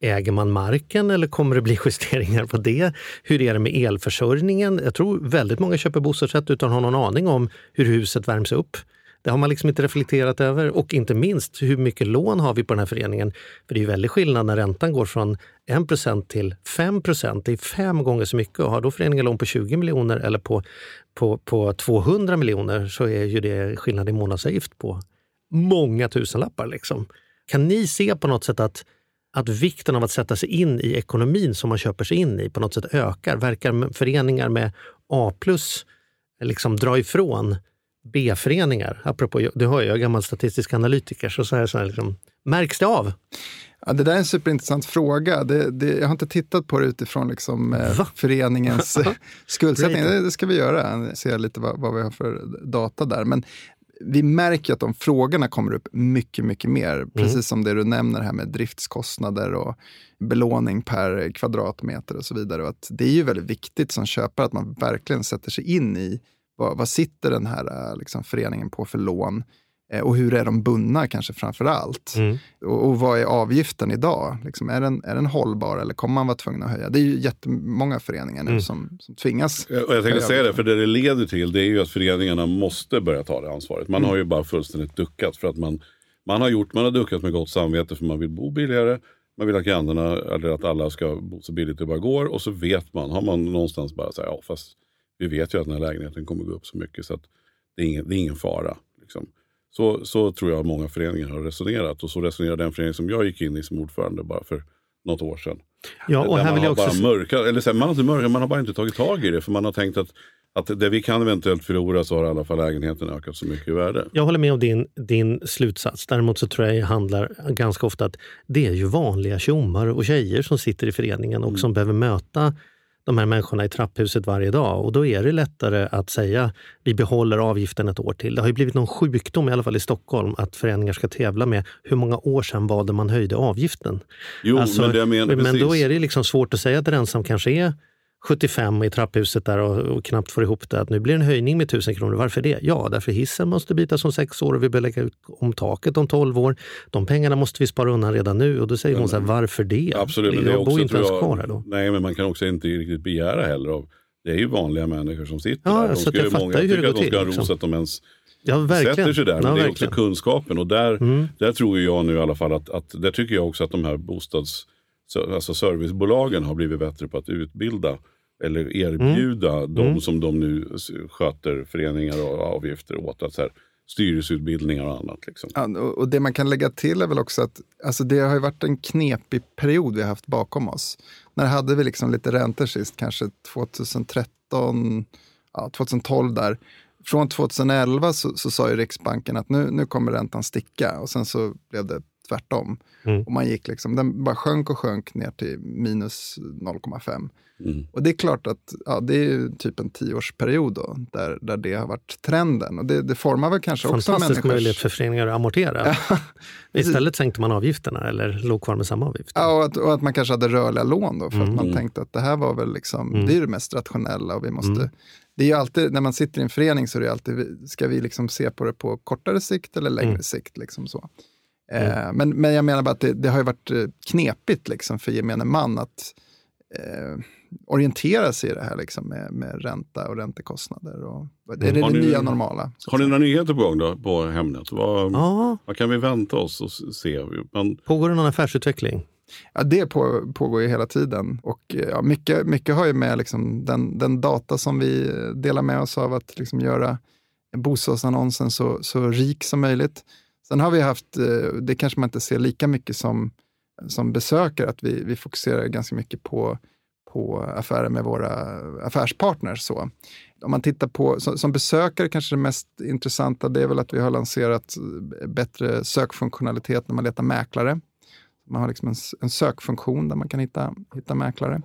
Äger man marken eller kommer det bli justeringar på det? Hur är det med elförsörjningen? Jag tror väldigt många köper bostadsrätt utan att ha någon aning om hur huset värms upp. Det har man liksom inte reflekterat över. Och inte minst, hur mycket lån har vi på den här föreningen? För det är ju väldigt skillnad när räntan går från en procent till fem procent. Det är fem gånger så mycket. Och har då föreningen lån på tjugo miljoner eller på, på, på tvåhundra miljoner så är ju det skillnad i månadsavgift på många tusenlappar. Liksom. Kan ni se på något sätt att, att vikten av att sätta sig in i ekonomin som man köper sig in i på något sätt ökar? Verkar föreningar med A plus liksom dra ifrån B-föreningar? Apropå, du har ju jag gammal statistisk analytiker, så, så, här, så här, liksom, märks det av? Ja, det där är en superintressant fråga. Det, det, jag har inte tittat på det utifrån liksom, eh, föreningens skuldsättning. Det, det ska vi göra. Se lite vad, vad vi har för data där. Men vi märker att de frågorna kommer upp mycket, mycket mer. Mm. Precis som det du nämner här med driftskostnader och belåning per kvadratmeter och så vidare. Och att det är ju väldigt viktigt som köpare att man verkligen sätter sig in i vad, vad sitter den här liksom, föreningen på för lån. Och hur är de bundna kanske framför allt? Mm. Och, och vad är avgiften idag? Liksom, är, den, är den hållbar eller kommer man vara tvungen att höja? Det är ju jättemånga föreningar nu mm. som, som tvingas. Och jag tänkte säga det, för det det leder till det är ju att föreningarna måste börja ta det ansvaret. Man mm. har ju bara fullständigt duckat för att man, man har gjort, man har duckat med gott samvete för man vill bo billigare. Man vill att grannarna, eller att alla ska bo så billigt det bara går. Och så vet man, har man någonstans bara säga ja fast vi vet ju att den här lägenheten kommer gå upp så mycket så att det är ingen, det är ingen fara liksom. Så, så tror jag att många föreningar har resonerat. Och så resonerar den förening som jag gick in i som ordförande bara för något år sedan. Ja, och här vill jag också... bara mörka, eller så här, man har inte mörka, man har bara inte tagit tag i det. För man har tänkt att, att det vi kan eventuellt förlora så har i alla fall lägenheten ökat så mycket i värde. Jag håller med om din, din slutsats. Däremot så tror jag det handlar ganska ofta att det är ju vanliga tjommar och tjejer som sitter i föreningen och mm. som behöver möta de här människorna i trapphuset varje dag. Och då är det lättare att säga vi behåller avgiften ett år till. Det har ju blivit någon sjukdom i alla fall i Stockholm att föreningar ska tävla med hur många år sedan var det man höjde avgiften. Jo, alltså, men, det men, men då är det liksom svårt att säga att den som kanske är sjuttiofem i trapphuset där och, och knappt får ihop det att nu blir det en höjning med tusen kronor. Varför det? Ja, därför hissen måste bytas om sex år och vi bör lägga ut om taket om tolv år. De pengarna måste vi spara undan redan nu och då säger men, hon så här, varför det? Absolut, men det är också, bor inte ens jag, kvar här då. Nej, men man kan också inte riktigt begära heller av. Det är ju vanliga människor som sitter ja, där. De så jag fattar många, ju hur det går att de ska till. rosa liksom. Att de ens ja, verkligen. sätter sig där. Men ja, det är verkligen. också kunskapen och där, mm. där tror jag nu i alla fall att, att där tycker jag också att de här bostads, alltså servicebolagen har blivit bättre på att utbilda eller erbjuda mm. de mm. som de nu sköter föreningar och avgifter åt att så här, styrelseutbildningar och annat. Liksom. Ja, och det man kan lägga till är väl också att alltså det har ju varit en knepig period vi har haft bakom oss. När hade vi liksom lite räntor sist, kanske tjugohundratretton, ja, tjugotolv där. Från tjugoelva så, så sa ju Riksbanken att nu, nu kommer räntan sticka och sen så blev det tvärtom. Mm. Och man gick liksom, den bara sjönk och sjönk ner till minus noll komma fem. Mm. Och det är klart att ja, det är typ en tioårsperiod då, där, där det har varit trenden. Och det, det formar väl kanske också människors... Fantastisk möjlighet för föreningar att amortera. Ja. Istället sänkte man avgifterna eller låg kvar med samma avgift. Ja, och att, och att man kanske hade rörliga lån då, för mm. att man tänkte att det här var väl liksom, mm. det är det mest rationella och vi måste... Mm. Det är ju alltid, när man sitter i en förening så är det alltid, ska vi liksom se på det på kortare sikt eller längre mm. sikt liksom så. Mm. Eh, men, men jag menar bara att det, det har ju varit knepigt liksom för gemene man att eh, orientera sig i det här liksom med, med ränta och räntekostnader. Och, det är det, det ni, nya normala. Har ni några nyheter på gång då på Hemnet? Vad, ja. vad kan vi vänta oss och se? Man... Pågår det någon affärsutveckling? Ja, det på, pågår ju hela tiden. Och ja, mycket, mycket har ju med liksom den, den data som vi delar med oss av att liksom göra bostadsannonsen så, så rik som möjligt. Sen har vi haft, det kanske man inte ser lika mycket som, som besökare, att vi, vi fokuserar ganska mycket på, på affärer med våra affärspartners. Så. Om man tittar på, som, som besökare kanske det mest intressanta det är väl att vi har lanserat bättre sökfunktionalitet när man letar mäklare. Man har liksom en, en sökfunktion där man kan hitta, hitta mäklare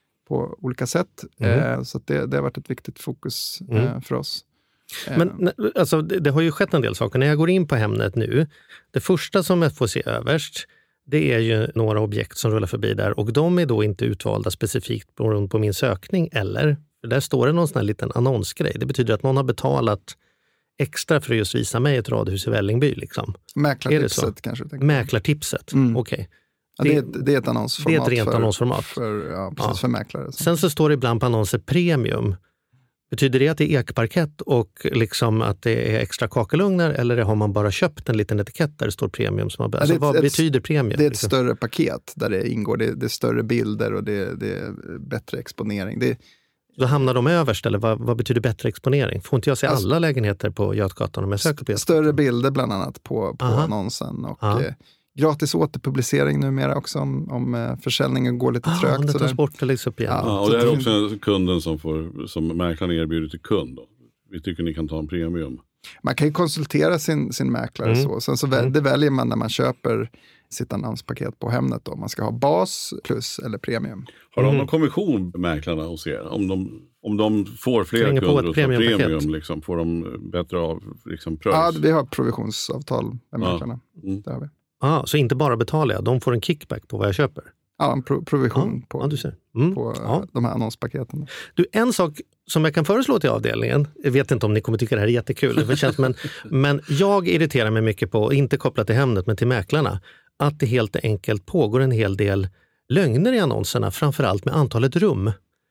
på olika sätt. Mm. Eh, så att det, det har varit ett viktigt fokus eh, mm. för oss. Men alltså, det, det har ju skett en del saker. När jag går in på Hemnet nu, det första som jag får se överst, det är ju några objekt som rullar förbi där. Och de är då inte utvalda specifikt på, på min sökning, eller? För där står det någon sån här liten annonsgrej. Det betyder att någon har betalat extra för att just visa mig ett radhus i Vällingby. Liksom. Mäklartipset kanske. Mäklartipset, mm. okej. Okay. Ja, det, är, det är ett annonsformat. Det är ett rent för, annonsformat. För, ja, precis, ja. för mäklare. Så. Sen så står det ibland på annonser premium. Betyder det att det är ekparkett och liksom att det är extra kakelugnar, eller har man bara köpt en liten etikett där det står premium? Som har, alltså, ja, vad ett, betyder premium? Det är ett liksom? större paket där det ingår. Det är, det är större bilder och det, det är bättre exponering. Det är, Då hamnar de överst, eller vad, vad betyder bättre exponering? Får inte jag se alltså, alla lägenheter på Götgatan om jag söker på Götgatan? Större bilder bland annat på, på annonsen och eh, gratis återpublicering numera också om, om försäljningen går lite trögt. Ja, det tas bort och läggs upp igen. Ja, och det är också kunden som, får, som mäklaren erbjuder till kund. Då. Vi tycker ni kan ta en premium. Man kan ju konsultera sin, sin mäklare mm. så. Sen så väl, mm. det väljer man när man köper sitt annonspaket på Hemnet då. Man ska ha bas, plus eller premium. Har de mm. någon kommission med mäklarna hos er? Om de, om de får fler kunder och tar premium, liksom, får de bättre av liksom, pröjs? Ja, vi har provisionsavtal med mäklarna. Ja. Mm. Det har vi. Ah, så inte bara betalar jag, de får en kickback på vad jag köper? Ja, en pro- provision ja, på, ja, du ser. Mm. på ja. de här annonspaketen. Du, en sak som jag kan föreslå till avdelningen, jag vet inte om ni kommer tycka det här är jättekul, det känns, men, men jag irriterar mig mycket på, inte kopplat till Hemnet men till mäklarna, att det helt enkelt pågår en hel del lögner i annonserna, framförallt med antalet rum.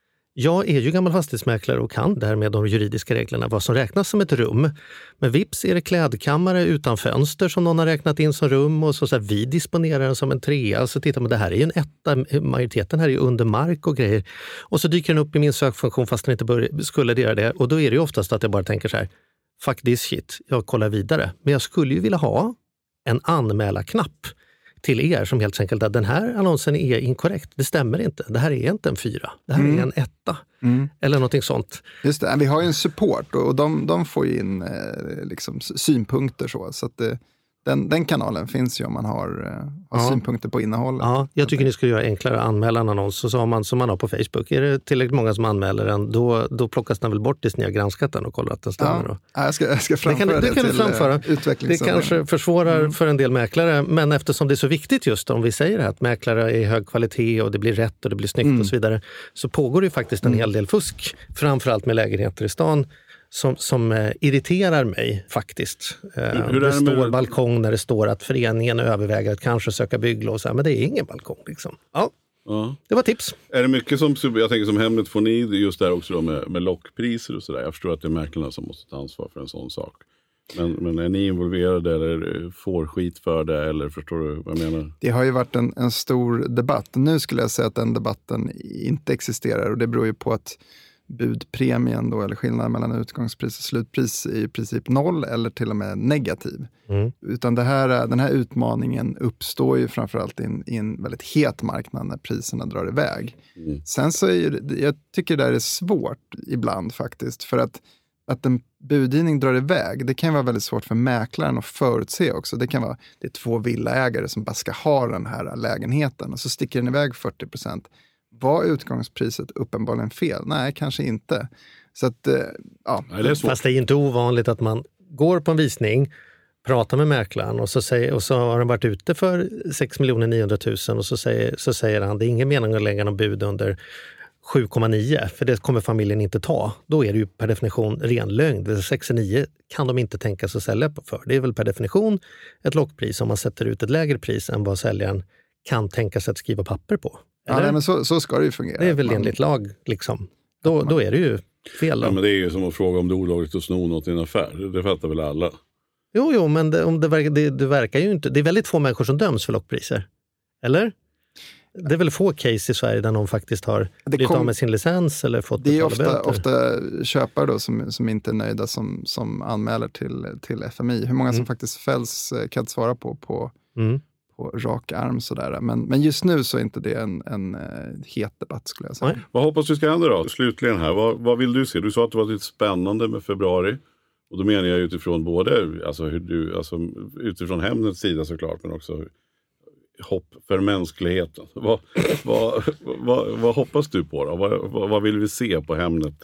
Jag är ju gammal fastighetsmäklare och kan därmed de juridiska reglerna vad som räknas som ett rum. Men vips är det klädkammare utan fönster som någon har räknat in som rum, och så, så här, vi disponerar den som en trea. Så tittar man, det här är ju en etta, majoriteten här är ju under mark och grejer. Och så dyker den upp i min sökfunktion fast den inte bör, skulle göra det. Och då är det ju oftast att jag bara tänker så här, fuck this shit, jag kollar vidare. Men jag skulle ju vilja ha en anmäla-knapp till er som helt enkelt att den här annonsen är inkorrekt. Det stämmer inte. Det här är inte en fyra. Det här mm. är en etta. Mm. Eller någonting sånt. Just det. Vi har ju en support och de, de får ju in eh, liksom, synpunkter så. Så att det, den, den kanalen finns ju om man har, har ja. synpunkter på innehållet. Ja, jag tycker ni ska göra enklare att anmäla en annons. Så har man, som man har på Facebook. Är det tillräckligt många som anmäler den, då, då plockas den väl bort tills ni har granskat den och kollat att den stämmer. Ja. Ja, jag, ska, jag ska framföra det, kan, det, det kan till framföra. utvecklings. Det kanske försvårar mm. för en del mäklare, men eftersom det är så viktigt just om vi säger att mäklare är hög kvalitet och det blir rätt och det blir snyggt mm. och så vidare, så pågår det ju faktiskt en mm. hel del fusk, framförallt med lägenheter i stan. Som, som eh, irriterar mig faktiskt. Eh, hur, hur det står med... balkong när det står att föreningen överväger att kanske söka bygglov. Så här, men det är ingen balkong liksom. Ja, ja. Det var tips. Är det mycket som, jag tänker som Hemnet får ni just där också då med, med lockpriser och sådär. Jag förstår att det är mäklarna som måste ta ansvar för en sån sak. Men, men är ni involverade eller får skit för det, eller förstår du vad jag menar? Det har ju varit en, en stor debatt. Nu skulle jag säga att den debatten inte existerar, och det beror ju på att budpremien då, eller skillnaden mellan utgångspris och slutpris är i princip noll eller till och med negativ. Mm. Utan det här, den här utmaningen uppstår ju framförallt i en, i en väldigt het marknad när priserna drar iväg. Mm. Sen så är det, jag tycker det är svårt ibland faktiskt, för att att en budgivning drar iväg, det kan vara väldigt svårt för mäklaren att förutse också. Det kan vara det är två villaägare som bara ska ha den här lägenheten och så sticker den iväg fyrtio procent. Var utgångspriset uppenbarligen fel? Nej, kanske inte. Så att, ja. Nej, det är Fast det är inte ovanligt att man går på en visning, pratar med mäklaren och så, säger, och så har han varit ute för sex miljoner niohundratusen och så säger, så säger han det är ingen mening att lägga någon bud under sju komma nio, för det kommer familjen inte ta. Då är det ju per definition ren lögn. sex komma nio kan de inte tänka sig att sälja för. Det är väl per definition ett lockpris om man sätter ut ett lägre pris än vad säljaren kan tänka sig att skriva papper på. Ja, nej, men så, så ska det ju fungera. Det är väl man, enligt lag liksom. Då, man, då är det ju fel. Då. Ja, men det är ju som att fråga om det är olagligt att sno något i en affär. Det fattar väl alla. Jo, jo, men det, om det, verkar, det, det verkar ju inte. Det är väldigt få människor som döms för lockpriser. Eller? Det är väl få case i Sverige där någon faktiskt har blivit kom, av med sin licens eller fått det är ofta, ofta köpare då som, som inte är nöjda som, som anmäler till, till F M I. Hur många mm. som faktiskt fälls kan jag inte svara på på, mm. på rak arm sådär. Men, men just nu så är inte det en, en uh, het debatt skulle jag säga. Nej. Vad hoppas du ska hända då? Slutligen här, vad, vad vill du se? Du sa att det var lite spännande med februari. Och då menar jag utifrån både, alltså, hur du, alltså, utifrån Hemnets sida såklart, men också hopp för mänskligheten. Vad, vad, vad, vad hoppas du på då? Vad, vad, vad vill vi se på Hemnet?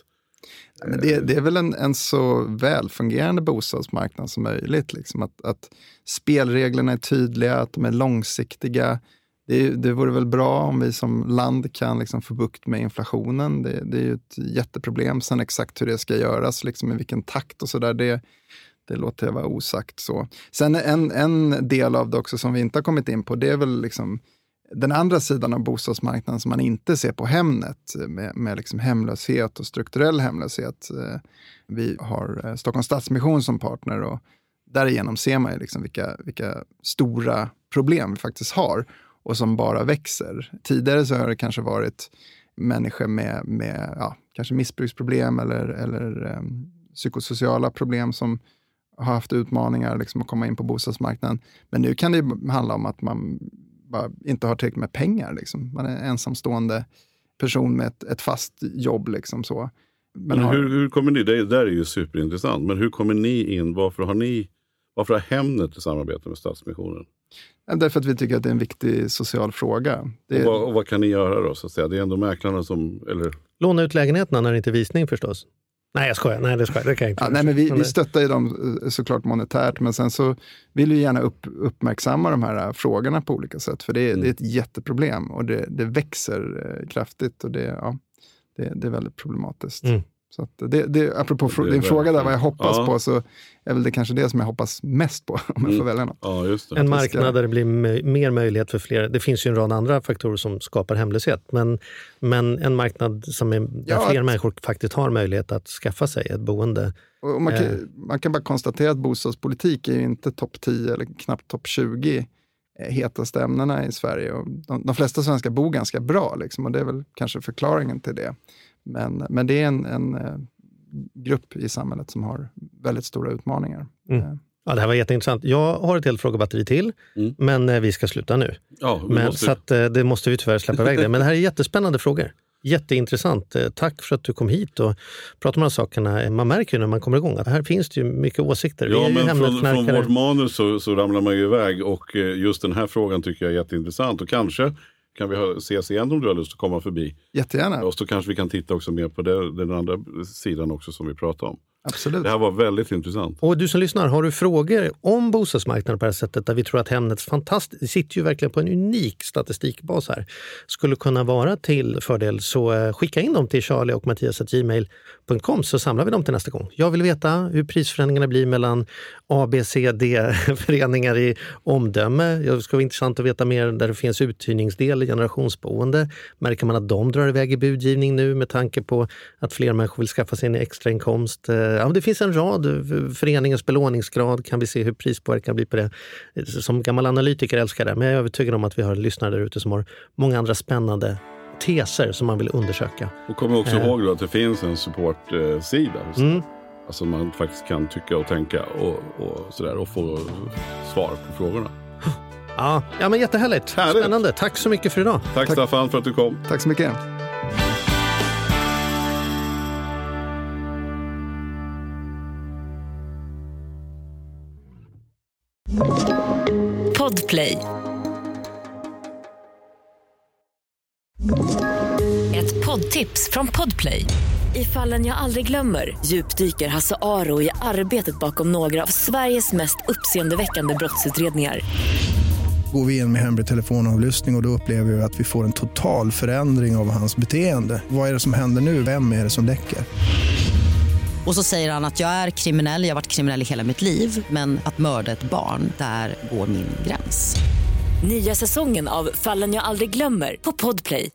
Men det, det är väl en, en så välfungerande bostadsmarknad som möjligt. Liksom. Att, att spelreglerna är tydliga, att de är långsiktiga. Det, det vore väl bra om vi som land kan liksom få bukt med inflationen. Det, det är ju ett jätteproblem. Sen exakt hur det ska göras, liksom i vilken takt och sådär, det Det låter jag vara osagt så. Sen en, en del av det också som vi inte har kommit in på, det är väl liksom Den andra sidan av bostadsmarknaden som man inte ser på Hemnet med, med liksom hemlöshet och strukturell hemlöshet. Vi har Stockholms Stadsmission som partner och därigenom ser man ju liksom vilka, vilka stora problem vi faktiskt har och som bara växer. Tidigare så har det kanske varit människor med, med ja, kanske missbruksproblem eller, eller um, psykosociala problem som har haft utmaningar liksom, att komma in på bostadsmarknaden. Men nu kan det handla om att man bara inte har tillräckligt med pengar. Liksom. Man är en ensamstående person med ett, ett fast jobb. Liksom, så. Men Men har... hur, hur kommer ni, det där är ju superintressant, men hur kommer ni in, varför har ni, varför har Hemnet ett samarbete med Stadsmissionen? Därför att vi tycker att det är en viktig social fråga. Det är... och, vad, och vad kan ni göra då så att säga? Det är ändå mäklarna som, eller... Låna ut lägenheterna när det inte är visning förstås. Nej, jag skojar. Nej, det, skojar. Det kan jag inte. Ja, nej, men vi, vi stöttar ju dem såklart monetärt, men sen så vill vi gärna upp, uppmärksamma de här frågorna på olika sätt. För det är, mm. det är ett jätteproblem och det, det växer eh, kraftigt och det, ja, det, det är väldigt problematiskt. Mm. Så att det, det, apropå det din fråga där vad jag hoppas ja. på, så är väl det kanske det som jag hoppas mest på om jag får mm. välja något. Ja, just det. En marknad där det blir m- mer möjlighet för fler. Det finns ju en rad andra faktorer som skapar hemlöshet, men, men en marknad som är, där ja, fler att... människor faktiskt har möjlighet att skaffa sig ett boende. Och man, kan, eh. man kan bara konstatera att bostadspolitik är ju inte topp tio eller knappt topp tjugo hetaste ämnena i Sverige. Och de, de flesta svenskar bor ganska bra liksom, och det är väl kanske förklaringen till det. Men, men det är en, en eh, grupp i samhället som har väldigt stora utmaningar. Mm. Ja, det här var jätteintressant. Jag har ett helt frågebatteri till, mm. men eh, vi ska sluta nu. Ja, men, måste... Så att, eh, det måste vi tyvärr släppa iväg det. Men det här är jättespännande frågor. Jätteintressant. Eh, tack för att du kom hit och pratade om de här sakerna. Man märker ju när man kommer igång att här finns det ju mycket åsikter. Ja, men från, från vårt manus så, så ramlar man ju iväg och just den här frågan tycker jag är jätteintressant och kanske kan vi ha, ses igen om du har lust att komma förbi. Jättegärna. Och så kanske vi kan titta också mer på det, den andra sidan också som vi pratade om. Absolut. Det här var väldigt intressant. Och du som lyssnar, har du frågor om bostadsmarknaden på det här sättet, där vi tror att Hemnets fantastiskt, sitter ju verkligen på en unik statistikbas här, skulle kunna vara till fördel, så skicka in dem till charlie och mattias at gmail punkt com så samlar vi dem till nästa gång. Jag vill veta hur prisförändringarna blir mellan A, B, C, D-föreningar i omdöme. Det ska vara intressant att veta mer där det finns uthyrningsdel i generationsboende. Märker man att de drar iväg i budgivning nu med tanke på att fler människor vill skaffa sig en extrainkomst? Ja, det finns en rad. Föreningens belåningsgrad, kan vi se hur prispåverkan blir på det. Som gammal analytiker älskar det, men jag är övertygad om att vi har lyssnare där ute som har många andra spännande teser som man vill undersöka. Och kom också eh. ihåg då att det finns en supportsida. Eh, mm. Alltså man faktiskt kan tycka och tänka och, och sådär och få svar på frågorna. Ja, ja men jättehärligt. Härligt. Spännande. Tack så mycket för idag. Tack, Tack Staffan för att du kom. Tack så mycket. Podplay. Ett poddtips från Podplay. I Fallen jag aldrig glömmer djupdyker Hasse Aro i arbetet bakom några av Sveriges mest uppseendeväckande brottsutredningar. Går vi in med hemlig telefonavlyssning och, och då upplever vi att vi får en total förändring av hans beteende. Vad är det som händer nu? Vem är det som läcker? Och så säger han att jag är kriminell, jag har varit kriminell i hela mitt liv. Men att mörda ett barn, där går min gräns. Nya säsongen av Fallen jag aldrig glömmer på Podplay.